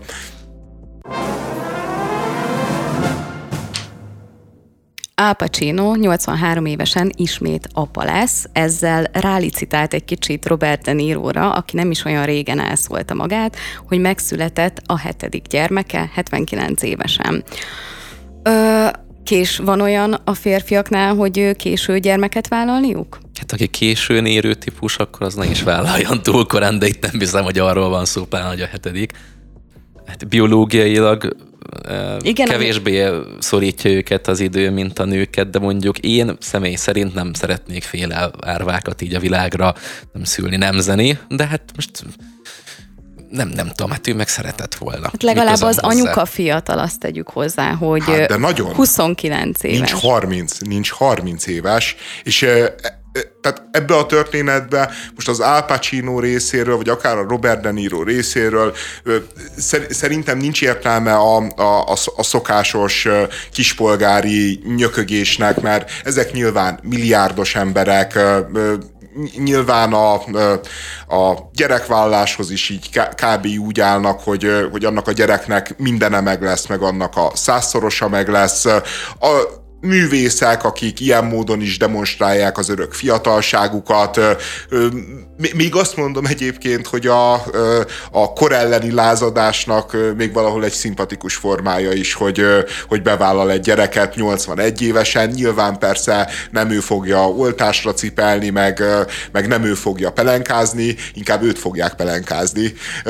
Al Pacino 83 évesen ismét apa lesz, ezzel rálicitált egy kicsit Robert De Niróra, aki nem is olyan régen elszólta magát, hogy megszületett a 7. gyermeke 79 évesen. Van olyan a férfiaknál, hogy késő gyermeket vállalniuk? Hát aki későn érő típus, akkor az ne is vállaljon túl korán, de itt nem hiszem, hogy arról van szó, pláne, hogy a 7. Hát biológiailag igen, kevésbé szorítja őket az idő, mint a nőket, de mondjuk én személy szerint nem szeretnék fél árvákat így a világra nem szülni, nemzeni, de hát most nem tudom, hát ő meg szeretett volna. Hát legalább az anyuka fiatal, azt tegyük hozzá, hogy de nagyon 29 éves. Nincs 30 éves, és tehát ebbe a történetbe most az Al Pacino részéről, vagy akár a Robert De Niro részéről szerintem nincs értelme a szokásos kispolgári nyökögésnek, mert ezek nyilván milliárdos emberek, nyilván a gyerekvállaláshoz is így kb. Úgy állnak, hogy annak a gyereknek mindene meg lesz, meg annak a 100-szorosa meg lesz. A művészek, akik ilyen módon is demonstrálják az örök fiatalságukat. Még azt mondom egyébként, hogy a kor elleni lázadásnak még valahol egy szimpatikus formája is, hogy bevállal egy gyereket 81 évesen. Nyilván persze nem ő fogja oltásra cipelni, meg nem ő fogja pelenkázni, inkább őt fogják pelenkázni.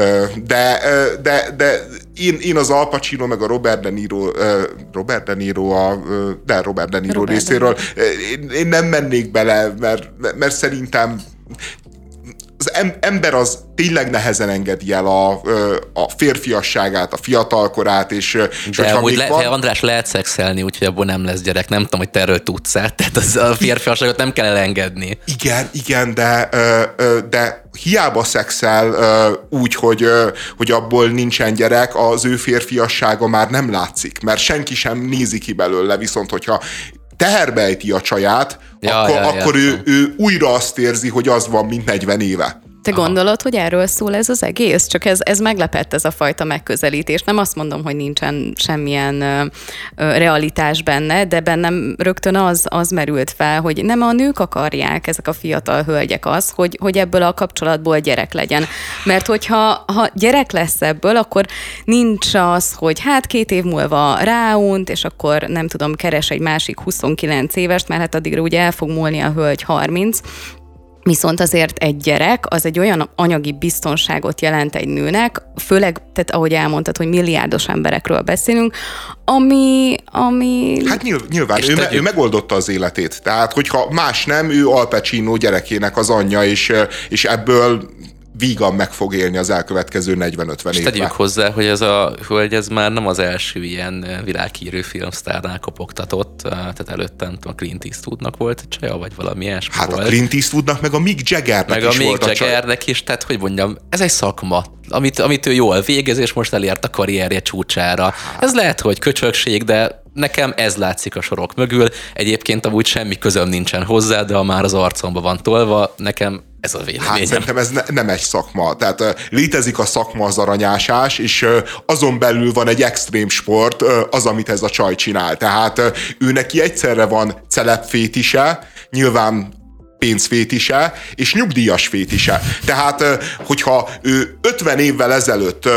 De én az Al Pacino meg a Robert De Niro részéről én nem mennék bele, mert szerintem az ember az tényleg nehezen engedi el a férfiasságát, a fiatalkorát, és de amúgy András, lehet szexelni, úgyhogy abból nem lesz gyerek. Nem tudom, hogy te erről tudsz, tehát a férfiasságot nem kell elengedni. Igen, de hiába szexel úgy, hogy abból nincsen gyerek, az ő férfiassága már nem látszik, mert senki sem nézi ki belőle, viszont hogyha teherbe ejti a csaját, akkor ő újra azt érzi, hogy az van, mint 40 éve. Te gondolod, hogy erről szól ez az egész? Csak ez meglepett, ez a fajta megközelítés. Nem azt mondom, hogy nincsen semmilyen realitás benne, de bennem rögtön az merült fel, hogy nem a nők akarják, ezek a fiatal hölgyek hogy ebből a kapcsolatból gyerek legyen. Mert hogyha gyerek lesz ebből, akkor nincs az, hogy hát 2 év múlva ráunt, és akkor nem tudom, keres egy másik 29 évest, mert hát addigra ugye el fog múlni a hölgy 30. Viszont azért egy gyerek, az egy olyan anyagi biztonságot jelent egy nőnek, főleg, tehát ahogy elmondtad, hogy milliárdos emberekről beszélünk, ami... Hát nyilván, ő megoldotta az életét. Tehát, hogyha más nem, ő Al Pacino gyerekének az anyja, és ebből vígan meg fog élni az elkövetkező 40-50 évben. És tegyük hozzá, hogy ez a hölgy, ez már nem az első ilyen világhírű filmsztárnál kopogtatott, tehát előtte nem tudom, a Clint Eastwoodnak volt egy csaja, vagy valami ilyesmi hát volt. A Clint Eastwoodnak, meg a Mick Jaggernek is volt a csaja. Is, tehát hogy mondjam, ez egy szakma, amit ő jól végez, és most elért a karrierje csúcsára. Ez lehet, hogy köcsökség, de nekem ez látszik a sorok mögül. Egyébként amúgy semmi közöm nincsen hozzá, de ha már az arcomba van tolva, nekem ez a véleményem. Hát szerintem ez nem egy szakma. Tehát létezik a szakma, az aranyásás, és azon belül van egy extrém sport, az, amit ez a csaj csinál. Tehát ő neki egyszerre van celebfétise, nyilván pénzfétise, és nyugdíjas fétise. Tehát, hogyha ő 50 évvel ezelőtt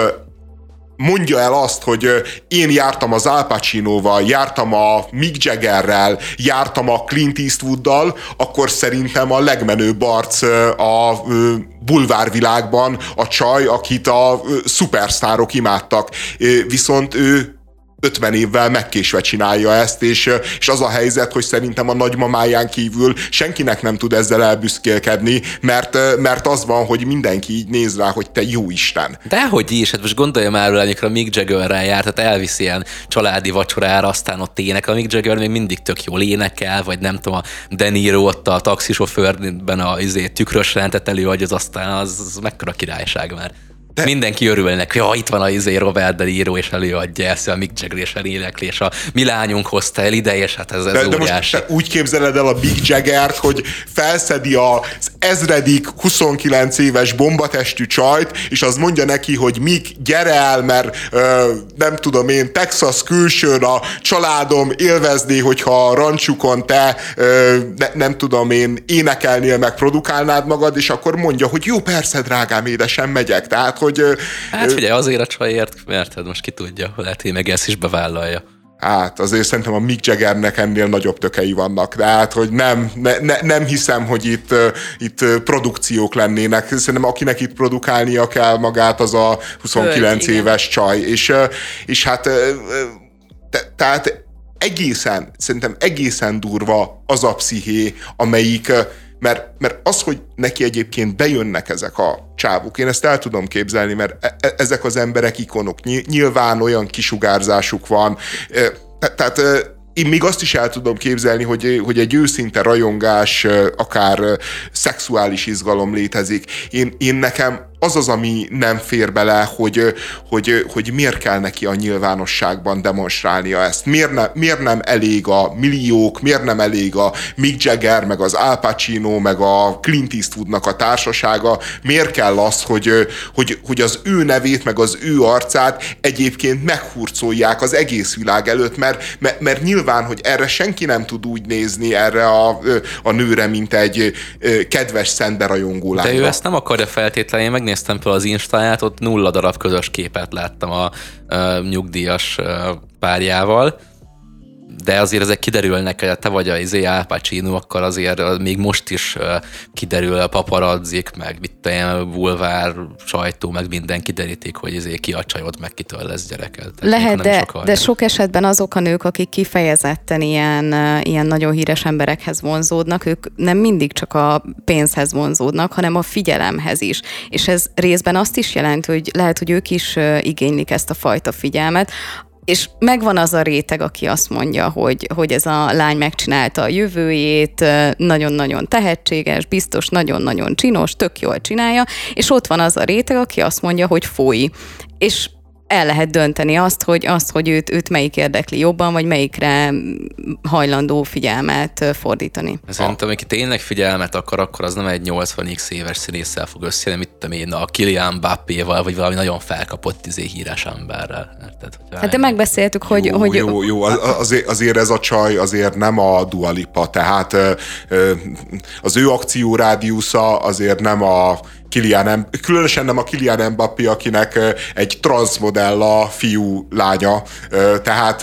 mondja el azt, hogy én jártam az Al Pacinoval, jártam a Mick Jaggerrel, jártam a Clint Eastwooddal, akkor szerintem a legmenőbb arc a bulvárvilágban a csaj, akit a szupersztárok imádtak. Viszont ő 50 évvel megkésve csinálja ezt, és az a helyzet, hogy szerintem a nagymamáján kívül senkinek nem tud ezzel elbüszkélkedni, mert az van, hogy mindenki így néz rá, hogy te jó Isten. Dehogy is, hát most gondolja már rá, amikor a Mick Jaggerrel járt, tehát elviszi ilyen családi vacsorára, aztán ott énekel. A Mick Jagger még mindig tök jól énekel, vagy nem tudom, a De Niro ott a taxisofőrben a tükrös rendet előadja, aztán az mekkora királyság már. De mindenki örül neki, hogy itt van a Robert De Niro, és előadja ezt, a Mick Jagger és elénekli, és a mi lányunk hozta el ide, és hát ez óriási. De most te úgy képzeled el a Mick Jaggert, hogy felszedi az ezredik 29 éves bombatestű csajt, és az mondja neki, hogy Mick, gyere el, mert nem tudom én, Texas külsőn a családom élvezné, hogyha a rancsukon te nem tudom én, énekelnél, meg produkálnád magad, és akkor mondja, hogy jó, persze, drágám, édesem, megyek. Tehát, hogy... Hát figyelj, azért a csajért, mert most ki tudja, lehet, hogy meg ezt is bevállalja. Hát azért szerintem a Mick Jaggernek ennél nagyobb tökei vannak. Tehát, hogy nem hiszem, hogy itt produkciók lennének. Szerintem akinek itt produkálnia kell magát, az a 29 éves csaj. És hát tehát szerintem egészen durva az a psziché, amelyik, mert az, hogy neki egyébként bejönnek ezek a csávuk, én ezt el tudom képzelni, mert ezek az emberek ikonok, nyilván olyan kisugárzásuk van, tehát én még azt is el tudom képzelni, hogy egy őszinte rajongás, akár szexuális izgalom létezik. Én nekem az, ami nem fér bele, hogy miért kell neki a nyilvánosságban demonstrálnia ezt. Miért nem elég a milliók, miért nem elég a Mick Jagger, meg az Al Pacino, meg a Clint Eastwoodnak a társasága, miért kell az, hogy az ő nevét, meg az ő arcát egyébként meghurcolják az egész világ előtt, mert nyilván, hogy erre senki nem tud úgy nézni erre a nőre, mint egy kedves szenderajongó lányra. De ő ezt nem akarja feltétlenül, megnéztem például az Instáját, ott 0 darab közös képet láttam a nyugdíjas párjával, de azért ezek kiderülnek, hogy te vagy a Al Pacino, akkor azért még most is kiderül a paparazzik, meg bulvár sajtó, meg minden kiderítik, hogy ki a csajod, meg kitől lesz gyereket. Lehet, de sok esetben azok a nők, akik kifejezetten ilyen nagyon híres emberekhez vonzódnak, ők nem mindig csak a pénzhez vonzódnak, hanem a figyelemhez is. És ez részben azt is jelent, hogy lehet, hogy ők is igénylik ezt a fajta figyelmet, és megvan az a réteg, aki azt mondja, hogy ez a lány megcsinálta a jövőjét, nagyon-nagyon tehetséges, biztos nagyon-nagyon csinos, tök jól csinálja, és ott van az a réteg, aki azt mondja, hogy fúj. És el lehet dönteni azt, hogy őt melyik érdekli jobban, vagy melyikre hajlandó figyelmet fordítani. Szerintem, aki tényleg figyelmet akar, akkor az nem egy 80x éves színésszel fog összejönni, mit tudom én, a Kylian Mbappéval, vagy valami nagyon felkapott híres emberrel. Hát de megbeszéltük, hogy... Jó, azért ez a csaj azért nem a Dua Lipa, tehát az ő akciórádiusza azért nem a különösen nem a Kylian Mbappé, akinek egy transzmodell a fiú lánya, tehát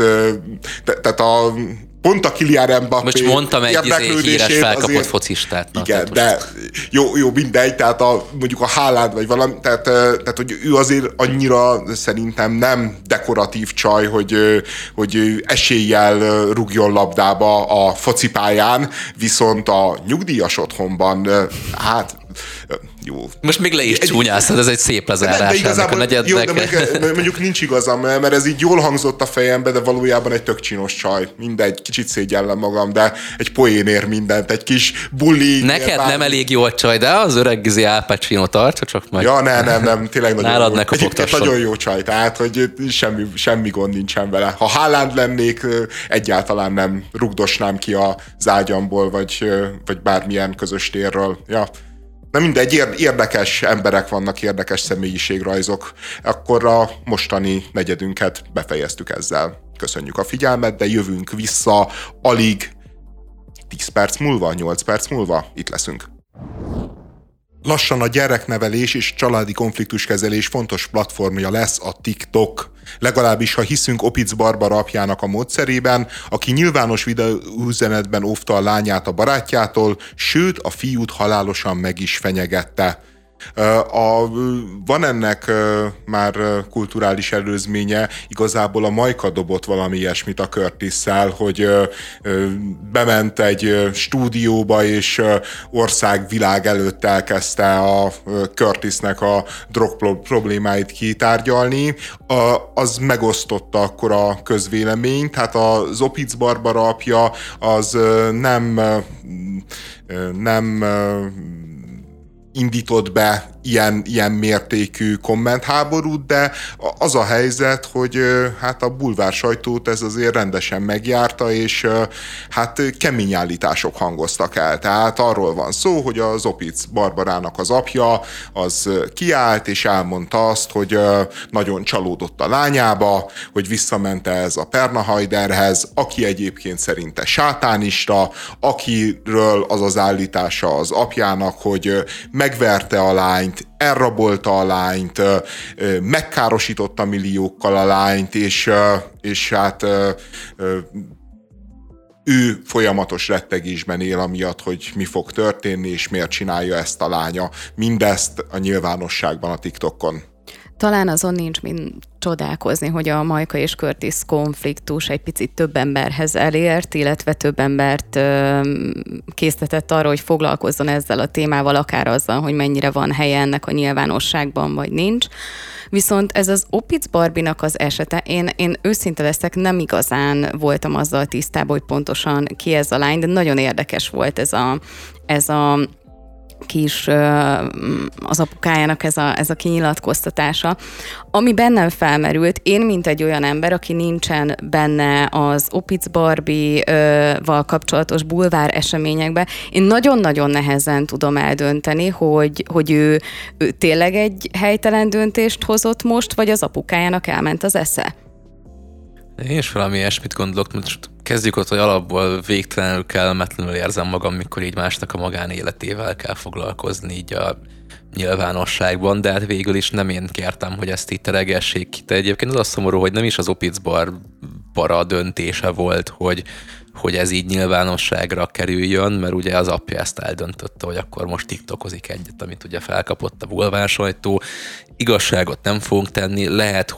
pont a Kylian Mbappé most mondtam egy híres felkapott azért, focistát. Igen, de jó, mindegy, tehát mondjuk a Haaland vagy valami, tehát hogy ő azért annyira szerintem nem dekoratív csaj, hogy eséllyel rúgjon labdába a focipályán, viszont a nyugdíjas otthonban, hát jó. Most még le is csúnyáztad, ez egy szép lezárás ennek a negyednek. Jó, de mondjuk nincs igazam, mert ez így jól hangzott a fejembe, de valójában egy tök csinos csaj. Mindegy, kicsit szégyellem magam, de egy poén ér mindent, egy kis bully. Neked nem elég jó a csaj, de az öreg Al Pacino tartsa, csak meg. Ja, nem, tényleg nagyon jó. Egyébként nagyon jó csaj, tehát hogy semmi gond nincsen vele. Ha Haaland lennék, egyáltalán nem rugdosnám ki az ágyamból, vagy bármilyen közös térről. Ja. Na mindegy, érdekes emberek vannak, érdekes személyiségrajzok. Akkor a mostani negyedünket befejeztük ezzel. Köszönjük a figyelmet, de jövünk vissza alig 10 perc múlva, 8 perc múlva. Itt leszünk. Lassan a gyereknevelés és családi konfliktuskezelés fontos platformja lesz a TikTok. Legalábbis, ha hiszünk Opic Barbara apjának a módszerében, aki nyilvános videóüzenetben óvta a lányát a barátjától, sőt a fiút halálosan meg is fenyegette. Van ennek már kulturális előzménye, igazából a Majka dobott valami ilyesmit a Curtisszel, hogy bement egy stúdióba, és országvilág előtt elkezdte a Curtisnek a drog problémáit kitárgyalni. Az megosztotta akkor a közvéleményt, tehát az Opic Barbara apja az nem indított be ilyen mértékű kommentháborút, de az a helyzet, hogy hát a bulvár sajtót ez azért rendesen megjárta, és hát kemény állítások hangoztak el. Tehát arról van szó, hogy az Opic Barbarának az apja az kiállt, és elmondta azt, hogy nagyon csalódott a lányába, hogy visszament ez a Pernahajderhez, aki egyébként szerinte sátánista, akiről az az állítása az apjának, hogy megverte a lányt, lányt, elrabolta a lányt, megkárosította milliókkal a lányt, és hát ő folyamatos rettegésben él amiatt, hogy mi fog történni, és miért csinálja ezt a lánya. Mindezt a nyilvánosságban a TikTokon. Talán azon nincs mind csodálkozni, hogy a Majka és Curtis konfliktus egy picit több emberhez elért, illetve több embert késztetett arra, hogy foglalkozzon ezzel a témával, akár azzal, hogy mennyire van helye ennek a nyilvánosságban, vagy nincs. Viszont ez az Opitz Barbie-nak az esete, én őszinte leszek, nem igazán voltam azzal tisztában, hogy pontosan ki ez a lány, de nagyon érdekes volt ez a kis, az apukájának ez a kinyilatkoztatása. Ami bennem felmerült, én mint egy olyan ember, aki nincsen benne az Opitz Barbie-val kapcsolatos bulvár eseményekben, én nagyon-nagyon nehezen tudom eldönteni, hogy ő tényleg egy helytelen döntést hozott most, vagy az apukájának elment az esze. Én is valami ilyesmit gondolok, most kezdjük ott, hogy alapból végtelenül kellemetlenül érzem magam, mikor így másnak a magánéletével kell foglalkozni így a nyilvánosságban, de hát végül is nem én kértem, hogy ezt így teregessék ki. De egyébként az a szomorú, hogy nem is az Opitz Barbara döntése volt, hogy ez így nyilvánosságra kerüljön, mert ugye az apja ezt eldöntötte, hogy akkor most tiktokozik egyet, amit ugye felkapott a bulvár sajtó. Igazságot nem fogunk tenni, lehet,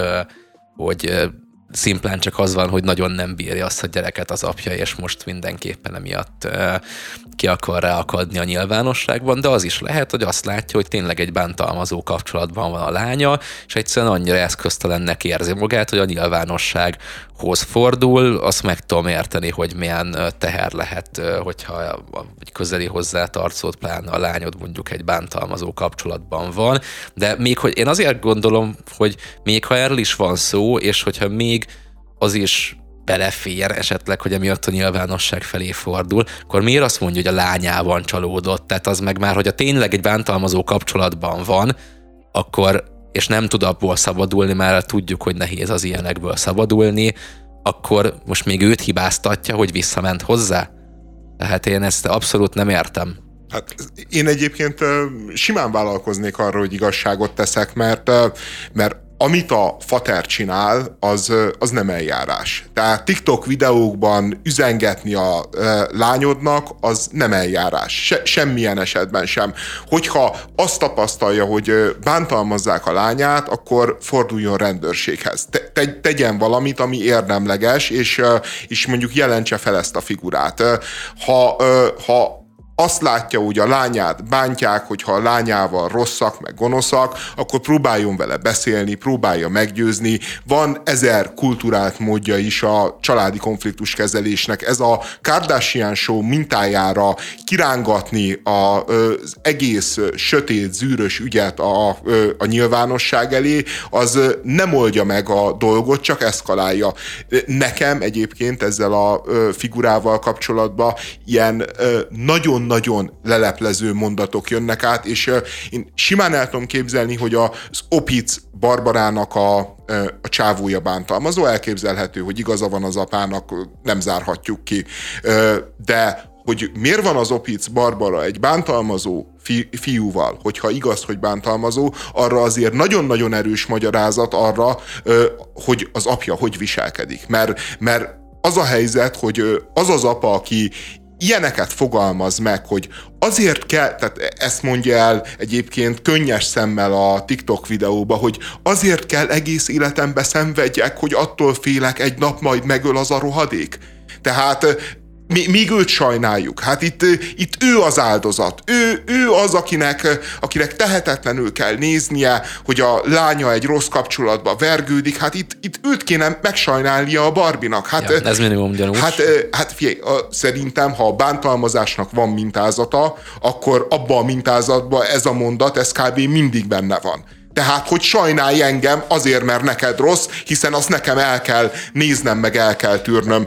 hogy szimplán csak az van, hogy nagyon nem bírja azt a gyereket az apja, és most mindenképpen emiatt ki akar ráakadni a nyilvánosságban, de az is lehet, hogy azt látja, hogy tényleg egy bántalmazó kapcsolatban van a lánya, és egyszerűen annyira eszköztelennek érzi magát, hogy a nyilvánossághoz fordul, azt meg tudom érteni, hogy milyen teher lehet, hogyha egy közeli hozzátartozót, pláne a lányod mondjuk egy bántalmazó kapcsolatban van, de még hogy én azért gondolom, hogy még ha erről is van szó, és hogyha még az is belefér esetleg, hogy emiatt a nyilvánosság felé fordul, akkor miért azt mondja, hogy a lányában csalódott? Tehát az meg már, hogyha tényleg egy bántalmazó kapcsolatban van, akkor, és nem tud abból szabadulni, mert tudjuk, hogy nehéz az ilyenekből szabadulni, akkor most még őt hibáztatja, hogy visszament hozzá? Tehát én ezt abszolút nem értem. Hát én egyébként simán vállalkoznék arra, hogy igazságot teszek, mert amit a fater csinál, az nem eljárás. Tehát TikTok videókban üzengetni a lányodnak, az nem eljárás. Semmilyen esetben sem. Hogyha azt tapasztalja, hogy bántalmazzák a lányát, akkor forduljon rendőrséghez. Tegyen valamit, ami érdemleges, és mondjuk jelentse fel ezt a figurát. Ha azt látja, hogy a lányát bántják, hogyha a lányával rosszak, meg gonoszak, akkor próbáljon vele beszélni, próbálja meggyőzni. Van 1000 kulturált módja is a családi konfliktuskezelésnek. Ez a Kardashian Show mintájára kirángatni az egész sötét, zűrös ügyet a nyilvánosság elé, az nem oldja meg a dolgot, csak eszkalálja. Nekem egyébként ezzel a figurával kapcsolatban ilyen nagyon leleplező mondatok jönnek át, és én simán el tudom képzelni, hogy az Opitz Barbarának a csávója bántalmazó, elképzelhető, hogy igaza van az apának, nem zárhatjuk ki. De hogy miért van az Opitz Barbara egy bántalmazó fiúval, hogyha igaz, hogy bántalmazó, arra azért nagyon-nagyon erős magyarázat arra, hogy az apja hogy viselkedik. Mert az a helyzet, hogy az az apa, aki ilyeneket fogalmaz meg, hogy azért kell, tehát ezt mondja el egyébként könnyes szemmel a TikTok videóba, hogy azért kell egész életembe szenvedjek, hogy attól félek, egy nap majd megöl az a rohadék. Tehát még őt sajnáljuk. Hát itt ő az áldozat. Ő az, akinek tehetetlenül kell néznie, hogy a lánya egy rossz kapcsolatba vergődik. Hát itt őt kéne megsajnálnia a Barbinak. Hát, ja, ez minimum gyanús. Hát figyelj, szerintem, ha a bántlalmazásnak van mintázata, akkor abban a mintázatban ez a mondat, ez kb. Mindig benne van. Tehát, hogy sajnálj engem azért, mert neked rossz, hiszen azt nekem el kell néznem, meg el kell tűrnöm.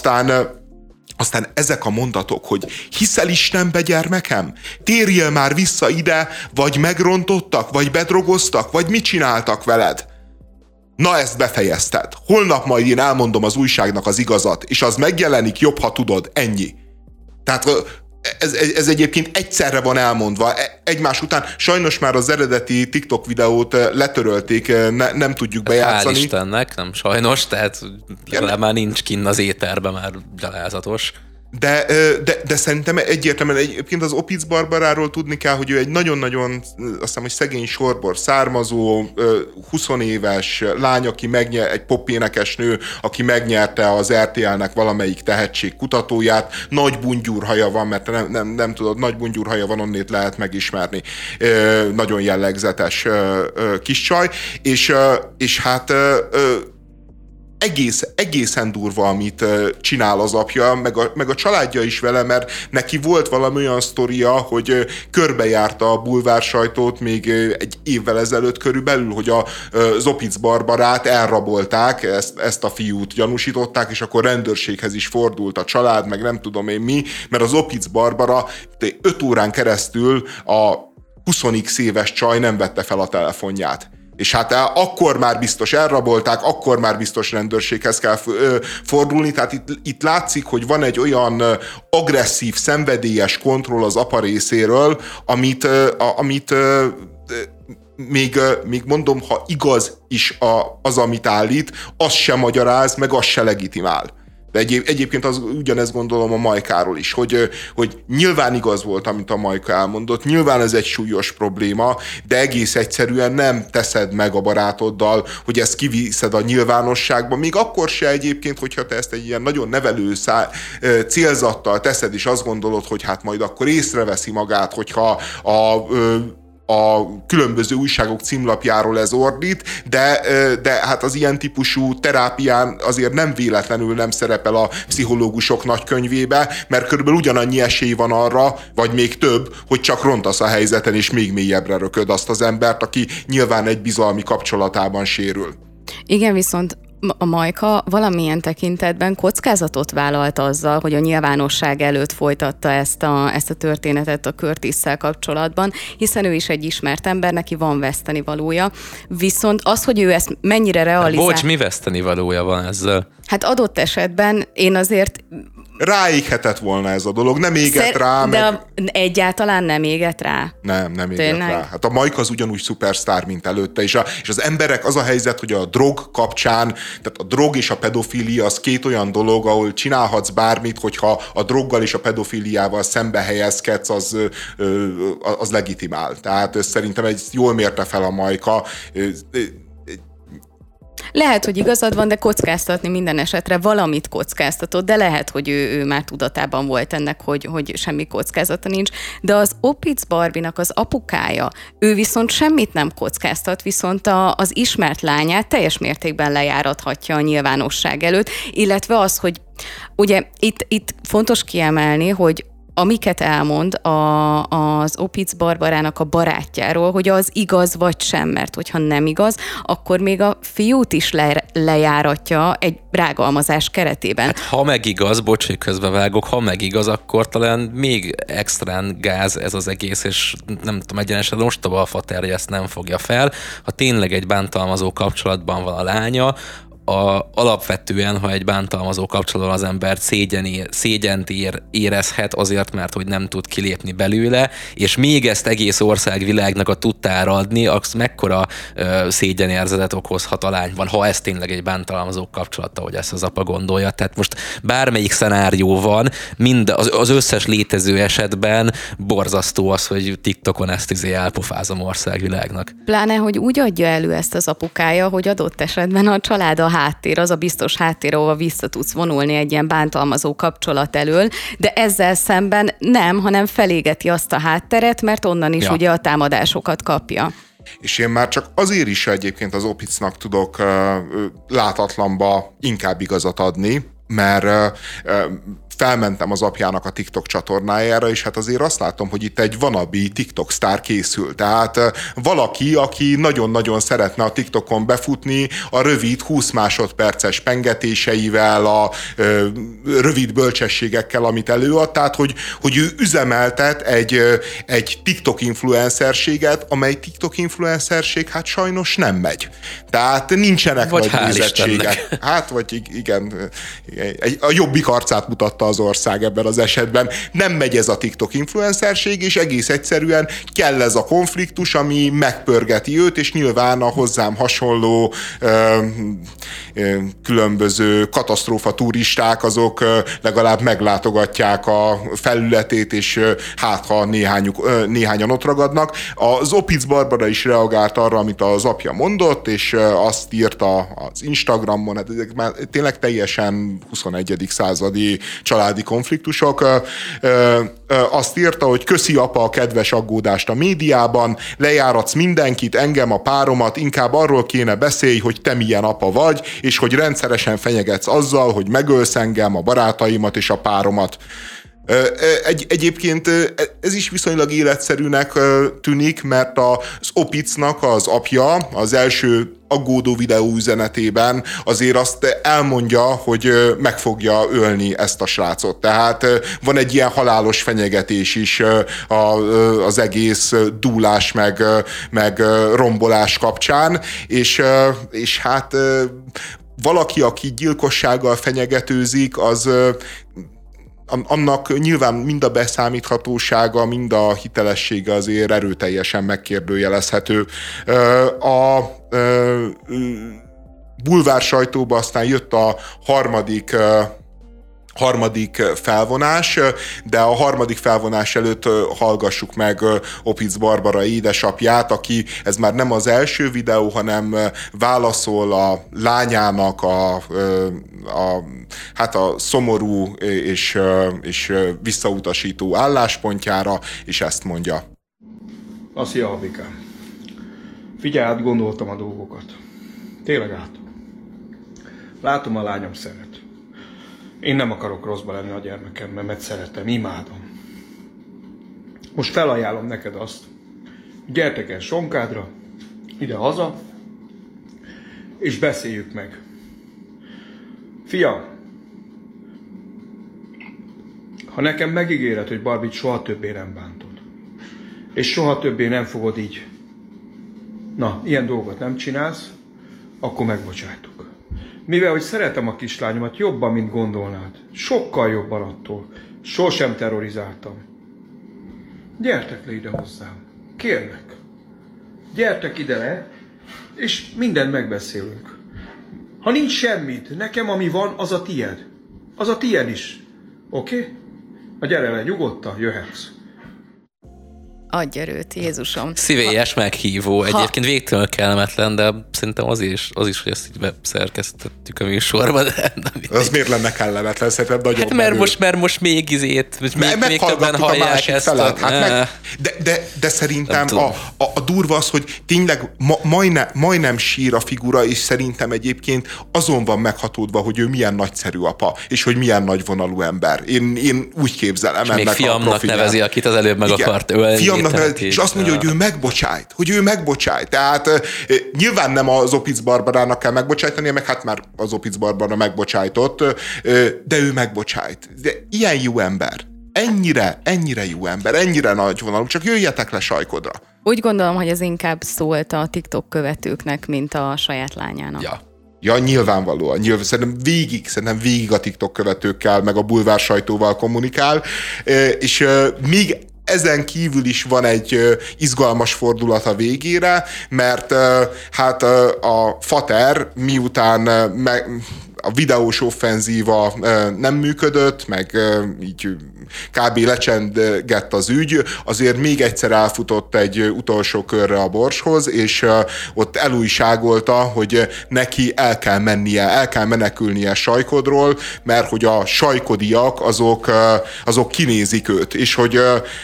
Aztán ezek a mondatok, hogy hiszel Istenbe, gyermekem? Térjél már vissza ide, vagy megrontottak, vagy bedrogoztak, vagy mit csináltak veled? Na, ezt befejezted. Holnap majd én elmondom az újságnak az igazat, és az megjelenik, jobb, ha tudod, ennyi. Tehát ez egyébként egyszerre van elmondva, egymás után. Sajnos már az eredeti TikTok videót letörölték, nem tudjuk bejátszani. Hál' Istennek, nem sajnos, tehát legalább már nincs kinn az éterben, már gyalázatos. De szerintem egyértelműen egyébként az Opitz Barbaráról tudni kell, hogy ő egy nagyon-nagyon, azt hiszem, hogy szegény sorból származó, 20 éves lány, aki egy popénekesnő, aki megnyerte az RTL-nek valamelyik tehetségkutatóját. Nagy bungyúrhaja van, mert nem tudod, nagy bungyúrhaja van, onnét lehet megismerni. Nagyon jellegzetes kis csaj, és hát egészen durva, amit csinál az apja, meg a családja is vele, mert neki volt valami olyan sztoria, hogy körbejárta a bulvár sajtót még egy évvel ezelőtt körülbelül, hogy az Opitz Barbarát elrabolták, ezt a fiút gyanúsították, és akkor rendőrséghez is fordult a család, meg nem tudom én mi, mert az Opitz Barbara 5 órán keresztül a 20x éves csaj nem vette fel a telefonját. És hát akkor már biztos elrabolták, akkor már biztos rendőrséghez kell fordulni, tehát itt látszik, hogy van egy olyan agresszív, szenvedélyes kontroll az apa részéről, amit még mondom, ha igaz is az, amit állít, az sem magyaráz, meg az se legitimál. De egyébként ugyanezt gondolom a Majkáról is, hogy nyilván igaz volt, amit a Majka elmondott, nyilván ez egy súlyos probléma, de egész egyszerűen nem teszed meg a barátoddal, hogy ezt kiviszed a nyilvánosságba, még akkor se egyébként, hogyha te ezt egy ilyen nagyon nevelő célzattal teszed, és azt gondolod, hogy hát majd akkor észreveszi magát, hogyha a különböző újságok címlapjáról ez ordít, de hát az ilyen típusú terápián azért nem véletlenül nem szerepel a pszichológusok nagykönyvébe, mert körülbelül ugyanannyi esély van arra, vagy még több, hogy csak rontasz a helyzeten, és még mélyebbre rököd azt az embert, aki nyilván egy bizalmi kapcsolatában sérül. Igen, viszont a Majka valamilyen tekintetben kockázatot vállalt azzal, hogy a nyilvánosság előtt folytatta ezt a történetet a Curtisszel kapcsolatban, hiszen ő is egy ismert ember, neki van vesztenivalója. Viszont az, hogy ő ezt mennyire realizál... Bocs, mi vesztenivalója van ezzel? Hát adott esetben én azért... Ráéghetett volna ez a dolog, nem égett rá. De egyáltalán nem égett rá. Nem égett rá. Hát a Majka az ugyanúgy szupersztár, mint előtte, és az emberek, az a helyzet, hogy a drog kapcsán, tehát a drog és a pedofilia az két olyan dolog, ahol csinálhatsz bármit, hogyha a droggal és a pedofiliával szembe helyezkedsz, az legitimál. Tehát szerintem jól mérte fel a Majka. Lehet, hogy igazad van, de kockáztatni minden esetre valamit kockáztatott, de lehet, hogy ő már tudatában volt ennek, hogy semmi kockázata nincs. De az Opitz Barbinak az apukája, ő viszont semmit nem kockáztat, viszont az ismert lányát teljes mértékben lejárathatja a nyilvánosság előtt, illetve az, hogy ugye itt fontos kiemelni, hogy amiket elmond az Opitz Barbarának a barátjáról, hogy az igaz vagy sem, mert hogyha nem igaz, akkor még a fiút is lejáratja egy rágalmazás keretében. Hát ha meg igaz, bocs, hogy közbevágok, ha meg igaz, akkor talán még extrán gáz ez az egész, és nem tudom, egyenesen ostoba a fater, ezt nem fogja fel. Ha tényleg egy bántalmazó kapcsolatban van a lánya, alapvetően, ha egy bántalmazó kapcsolatban az ember szégyent érezhet azért, mert hogy nem tud kilépni belőle, és még ezt egész országvilágnak a tudtára adni, az mekkora szégyenérzetet okozhat a lányban, ha ez tényleg egy bántalmazó kapcsolata, hogy ezt az apa gondolja. Tehát most bármelyik szenárió van, az összes létező esetben borzasztó az, hogy TikTokon ezt elpofázom országvilágnak. Pláne, hogy úgy adja elő ezt az apukája, hogy adott esetben a család a háttér, az a biztos háttér, ahova vissza tudsz vonulni egy ilyen bántalmazó kapcsolat elől, de ezzel szemben nem, hanem felégeti azt a hátteret, mert onnan is ugye a támadásokat kapja. És én már csak azért is egyébként az Opitznak tudok látatlanba inkább igazat adni, mert felmentem az apjának a TikTok csatornájára, és hát azért azt látom, hogy itt egy wannabe TikTok sztár készül. Tehát valaki, aki nagyon-nagyon szeretne a TikTokon befutni, a rövid 20 másodperces pengetéseivel, a rövid bölcsességekkel, amit előad, tehát hogy ő üzemeltet egy TikTok influencerséget, amely TikTok influencerség hát sajnos nem megy. Tehát nincsenek vagy nagy nézettségek. Hát, vagy igen, a jobbik arcát mutatta feladata az ország ebben az esetben. Nem megy ez a TikTok influencerség, és egész egyszerűen kell ez a konfliktus, ami megpörgeti őt, és nyilván a hozzám hasonló különböző katasztrófa turisták, azok legalább meglátogatják a felületét, és hát ha néhányan ott ragadnak. Az Opic Barbara is reagált arra, amit az apja mondott, és azt írta az Instagramon, hát ezek már tényleg teljesen 21. századi családi konfliktusok. Azt írta, hogy köszi apa a kedves aggódást a médiában, lejáratsz mindenkit, engem, a páromat, inkább arról kéne beszélj, hogy te milyen apa vagy, és hogy rendszeresen fenyegetsz azzal, hogy megölsz engem, a barátaimat és a páromat. Egyébként ez is viszonylag életszerűnek tűnik, mert az Opicnak az apja az első aggódó videóüzenetében azért azt elmondja, hogy meg fogja ölni ezt a srácot. Tehát van egy ilyen halálos fenyegetés is az egész dúlás meg rombolás kapcsán, és hát valaki, aki gyilkossággal fenyegetőzik, az annak nyilván mind a beszámíthatósága, mind a hitelessége azért erőteljesen megkérdőjelezhető. A bulvár sajtóba aztán jött a harmadik felvonás, de a harmadik felvonás előtt hallgassuk meg Opic Barbara édesapját, aki, ez már nem az első videó, hanem válaszol a lányának a szomorú és visszautasító álláspontjára, és ezt mondja. Szia, apikám. Figyelj, átgondoltam a dolgokat. Tényleg át. Látom, a lányom szeret. Én nem akarok rosszba lenni a gyermekemmel, mert szeretem, imádom. Most felajánlom neked azt, gyertek el Sonkádra, ide-haza, és beszéljük meg. Fiam, ha nekem megígéred, hogy Barbit soha többé nem bántod, és soha többé nem fogod így, ilyen dolgot nem csinálsz, akkor megbocsájtok. Mivel, hogy szeretem a kislányomat jobban, mint gondolnád. Sokkal jobban attól. Sosem terrorizáltam. Gyertek le ide hozzám. Kérlek. Gyertek ide le, és mindent megbeszélünk. Ha nincs semmit, nekem ami van, az a tied. Az a tied is. Oké? Gyere le, nyugodtan, jöhetsz. Adj erőt, Jézusom. Szívélyes meghívó. Egyébként végtelenül kellemetlen, de szerintem az is, hogy ezt így beszerkesztettük a műsorba. De az miért lenne kellemetlen? Szerintem nagyon mert most még még többen hallják ezt. De szerintem a durva az, hogy tényleg majdnem sír a figura, és szerintem egyébként azon van meghatódva, hogy ő milyen nagyszerű apa, és hogy milyen nagyvonalú ember. Én úgy képzelem és ennek még fiamnak nevezi, akit az előbb meg akart ölni. És azt mondja, hogy ő megbocsájt. Tehát nyilván nem az Opic Barbarának kell megbocsájtania, meg hát már az Opic Barbara megbocsájtott, de ő megbocsájt. De ilyen jó ember. Ennyire jó ember, ennyire nagyvonalú, csak jöjjetek le Sajkodra. Úgy gondolom, hogy ez inkább szólt a TikTok követőknek, mint a saját lányának. Ja, nyilvánvalóan. Szerintem végig a TikTok követőkkel, meg a bulvár sajtóval kommunikál, és még ezen kívül is van egy izgalmas fordulat a végére, mert hát a Fater miután a videós offenzíva nem működött, meg így kb. Lecsendegett az ügy, azért még egyszer elfutott egy utolsó körre a Borshoz, és ott elújságolta, hogy neki el kell menekülnie Sajkodról, mert hogy a sajkodiak azok kinézik őt, és hogy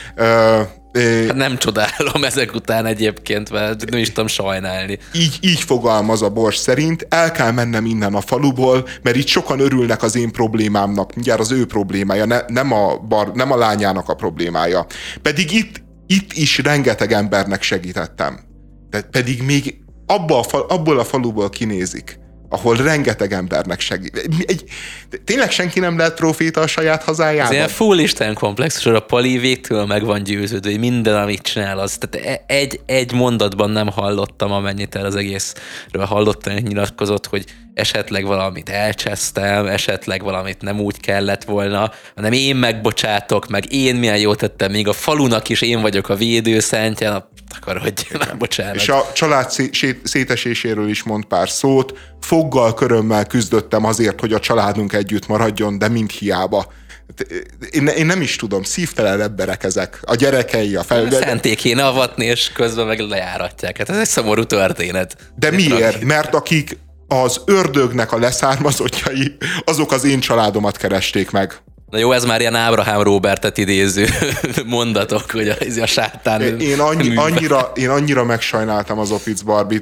hát nem csodálom ezek után egyébként, mert nem is tudom sajnálni. Így fogalmaz a Bors szerint, el kell mennem innen a faluból, mert itt sokan örülnek az én problémámnak, mindjárt az ő problémája, nem a lányának a problémája. Pedig itt is rengeteg embernek segítettem. De pedig még abból a faluból kinézik. ahol rengeteg embernek segít. Tényleg senki nem lehet proféta a saját hazájában? Ez ilyen full Isten komplexus, a Pali végtől meg van győződő, hogy minden, amit csinál, az. Tehát egy mondatban nem hallottam, amennyit el az egészről hallottam, hogy nyilatkozott, hogy esetleg valamit elcsesztem, esetleg valamit nem úgy kellett volna, hanem én megbocsátok, meg én milyen jót tettem, még a falunak is én vagyok a védőszentje, akarodj, már bocsánat. És a család széteséséről is mond pár szót, foggal, körömmel küzdöttem azért, hogy a családunk együtt maradjon, de mind hiába. Én nem is tudom, szívtelen emberek ezek. A gyerekei, a felügyelők. Szenté kéne avatni, és közben meg lejáratják. Hát ez egy szomorú történet. De miért? Mert akik az ördögnek a leszármazottjai, azok az én családomat keresték meg. Na jó, ez már ilyen Ábrahám Róbertet idéző mondatok, hogy a sátán Én annyira megsajnáltam az Opic Barbit,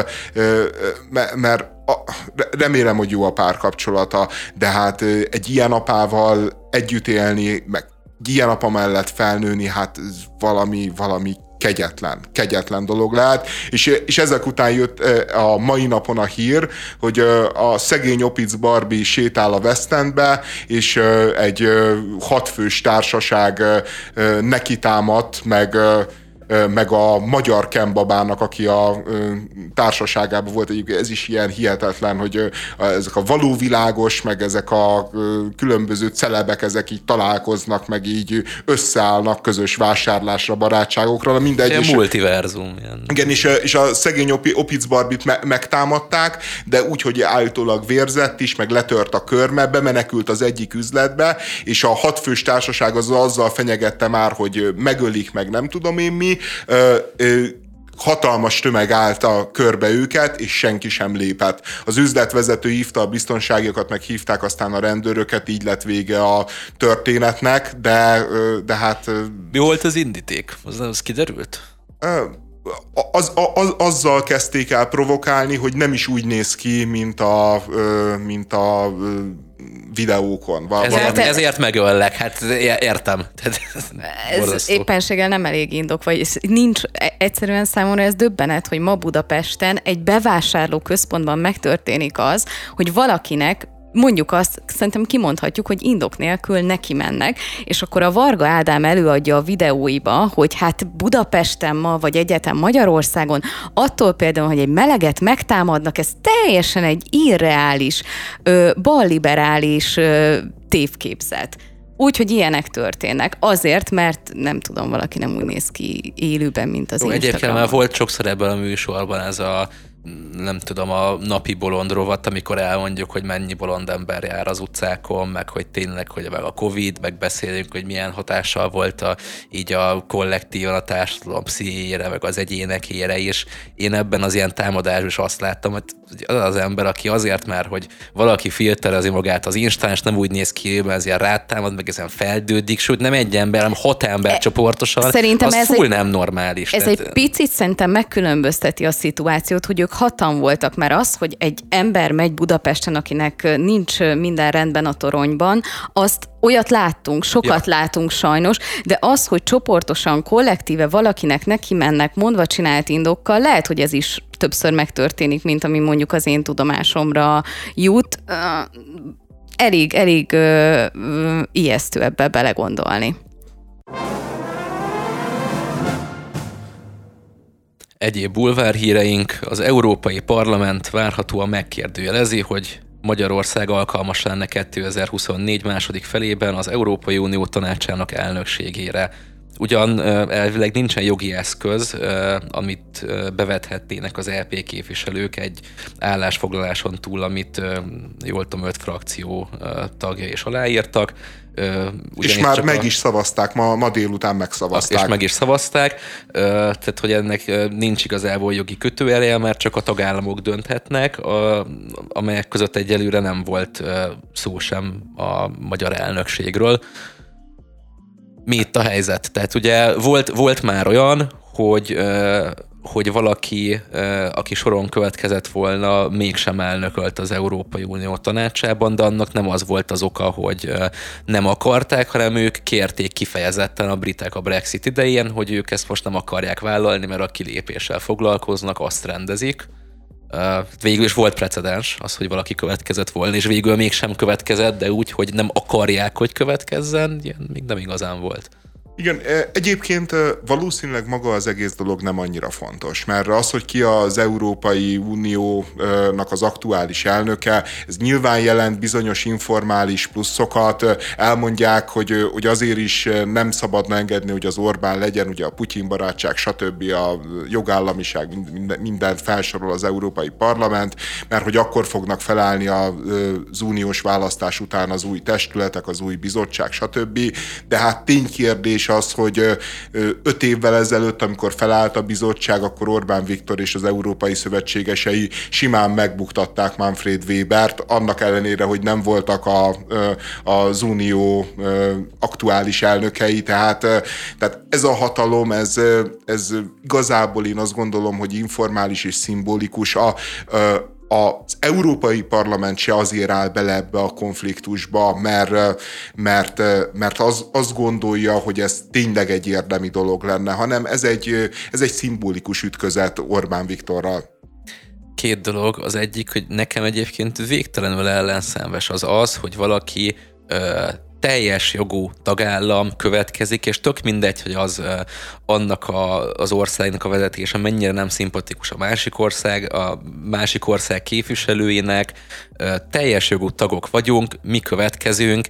mert remélem, hogy jó a párkapcsolata, de hát egy ilyen apával együtt élni, meg ilyen apa mellett felnőni, hát valami kegyetlen dolog lehet, és ezek után jött a mai napon a hír, hogy a szegény Opic Barbie sétál a West Endbe, és egy 6 fős társaság nekitámadt, meg a magyar Ken babának, aki a társaságában volt, egyébként ez is ilyen hihetetlen, hogy ezek a valóvilágos, meg ezek a különböző celebek, ezek így találkoznak, meg így összeállnak közös vásárlásra, barátságokra, mindegy. Ilyen multiverzum. Ilyen. Igen, és a szegény Opic Barbit megtámadták, de úgy, hogy állítólag vérzett is, meg letört a körme, bemenekült az egyik üzletbe, és a 6 fős társaság azzal fenyegette már, hogy megölik, meg nem tudom én mi, hatalmas tömeg állt a körbe őket, és senki sem lépett. Az üzletvezető hívta a biztonságiakat, meg hívták aztán a rendőröket, így lett vége a történetnek, de hát... Mi volt az indíték? Az kiderült? Azzal kezdték el provokálni, hogy nem is úgy néz ki, mint a videókon. Ezért megöllek, hát értem. Ez éppenséggel nem elég indok, vagy nincs, egyszerűen számomra ez döbbenet, hogy ma Budapesten egy bevásárló központban megtörténik az, hogy valakinek mondjuk azt, szerintem kimondhatjuk, hogy indok nélkül neki mennek, és akkor a Varga Ádám előadja a videóiba, hogy hát Budapesten ma, vagy egyetem Magyarországon, attól például, hogy egy meleget megtámadnak, ez teljesen egy irreális, balliberális tévképzet. Úgyhogy ilyenek történnek. Azért, mert nem tudom, valaki nem úgy néz ki élőben, mint az Instagramon. Egyébként már volt sokszor ebben a műsorban ez a nem tudom, a napi bolond rovat, amikor elmondjuk, hogy mennyi bolond ember jár az utcákon, meg hogy tényleg, hogy meg a Covid, meg beszélünk, hogy milyen hatással volt így a kollektívan a társadalom pszichéjére, meg az egyénekére is. Én ebben az ilyen támadásban is azt láttam, hogy az ember, aki azért már, hogy valaki filterezi magát az Instán, és nem úgy néz ki, hogy ez ilyen rátámad, meg ezen feldődik, sőt nem egy ember, hanem 6 ember csoportosan, szerintem az full nem normális. Ez egy picit szerintem megkülönbözteti a szituációt, hogy ők 6-an voltak, mert az, hogy egy ember megy Budapesten, akinek nincs minden rendben a toronyban, azt olyat láttunk, sokat látunk sajnos, de az, hogy csoportosan, kollektíve valakinek neki mennek mondva csinált indokkal, lehet, hogy ez is többször megtörténik, mint ami mondjuk az én tudomásomra jut. Elég ijesztő ebbe belegondolni. Egyéb bulvárhíreink, az Európai Parlament várhatóan megkérdőjelezi, hogy Magyarország alkalmas lenne 2024 második felében az Európai Unió tanácsának elnökségére. Ugyan elvileg nincsen jogi eszköz, amit bevethetnének az EP képviselők egy állásfoglaláson túl, amit jól tudom 5 frakció tagja is aláírtak. És már meg is szavazták, ma délután megszavazták. És meg is szavazták, tehát hogy ennek nincs igazából jogi kötőereje, mert csak a tagállamok dönthetnek, amelyek között egyelőre nem volt szó sem a magyar elnökségről. Mi itt a helyzet? Tehát ugye volt már olyan, hogy valaki, aki soron következett volna, mégsem elnökölt az Európai Unió tanácsában, de annak nem az volt az oka, hogy nem akarták, hanem ők kérték kifejezetten a britek a Brexit idején, hogy ők ezt most nem akarják vállalni, mert a kilépéssel foglalkoznak, azt rendezik. Végül is volt precedens az, hogy valaki következett volna, és végül mégsem következett, de úgy, hogy nem akarják, hogy következzen, ilyen még nem igazán volt. Igen, egyébként valószínűleg maga az egész dolog nem annyira fontos, mert az, hogy ki az Európai Uniónak az aktuális elnöke, ez nyilván jelent bizonyos informális pluszokat, elmondják, hogy azért is nem szabadna engedni, hogy az Orbán legyen, ugye a Putyin barátság, stb. A jogállamiság, mindent felsorol az Európai Parlament, mert hogy akkor fognak felállni az uniós választás után az új testületek, az új bizottság, stb. De hát ténykérdés az, hogy 5 évvel ezelőtt, amikor felállt a bizottság, akkor Orbán Viktor és az európai szövetségesei simán megbuktatták Manfred Webert, annak ellenére, hogy nem voltak az unió aktuális elnökei, tehát ez a hatalom, ez igazából én azt gondolom, hogy informális és szimbolikus. Az Európai Parlament se azért áll bele ebbe a konfliktusba, mert azt gondolja, hogy ez tényleg egy érdemi dolog lenne, hanem ez egy szimbolikus ütközet Orbán Viktorral. 2 dolog. Az egyik, hogy nekem egyébként végtelenül ellenszenves az, hogy valaki teljes jogú tagállam következik, és tök mindegy, hogy annak az országnak a vezetése mennyire nem szimpatikus a másik ország képviselőinek, teljes jogú tagok vagyunk, mi következünk.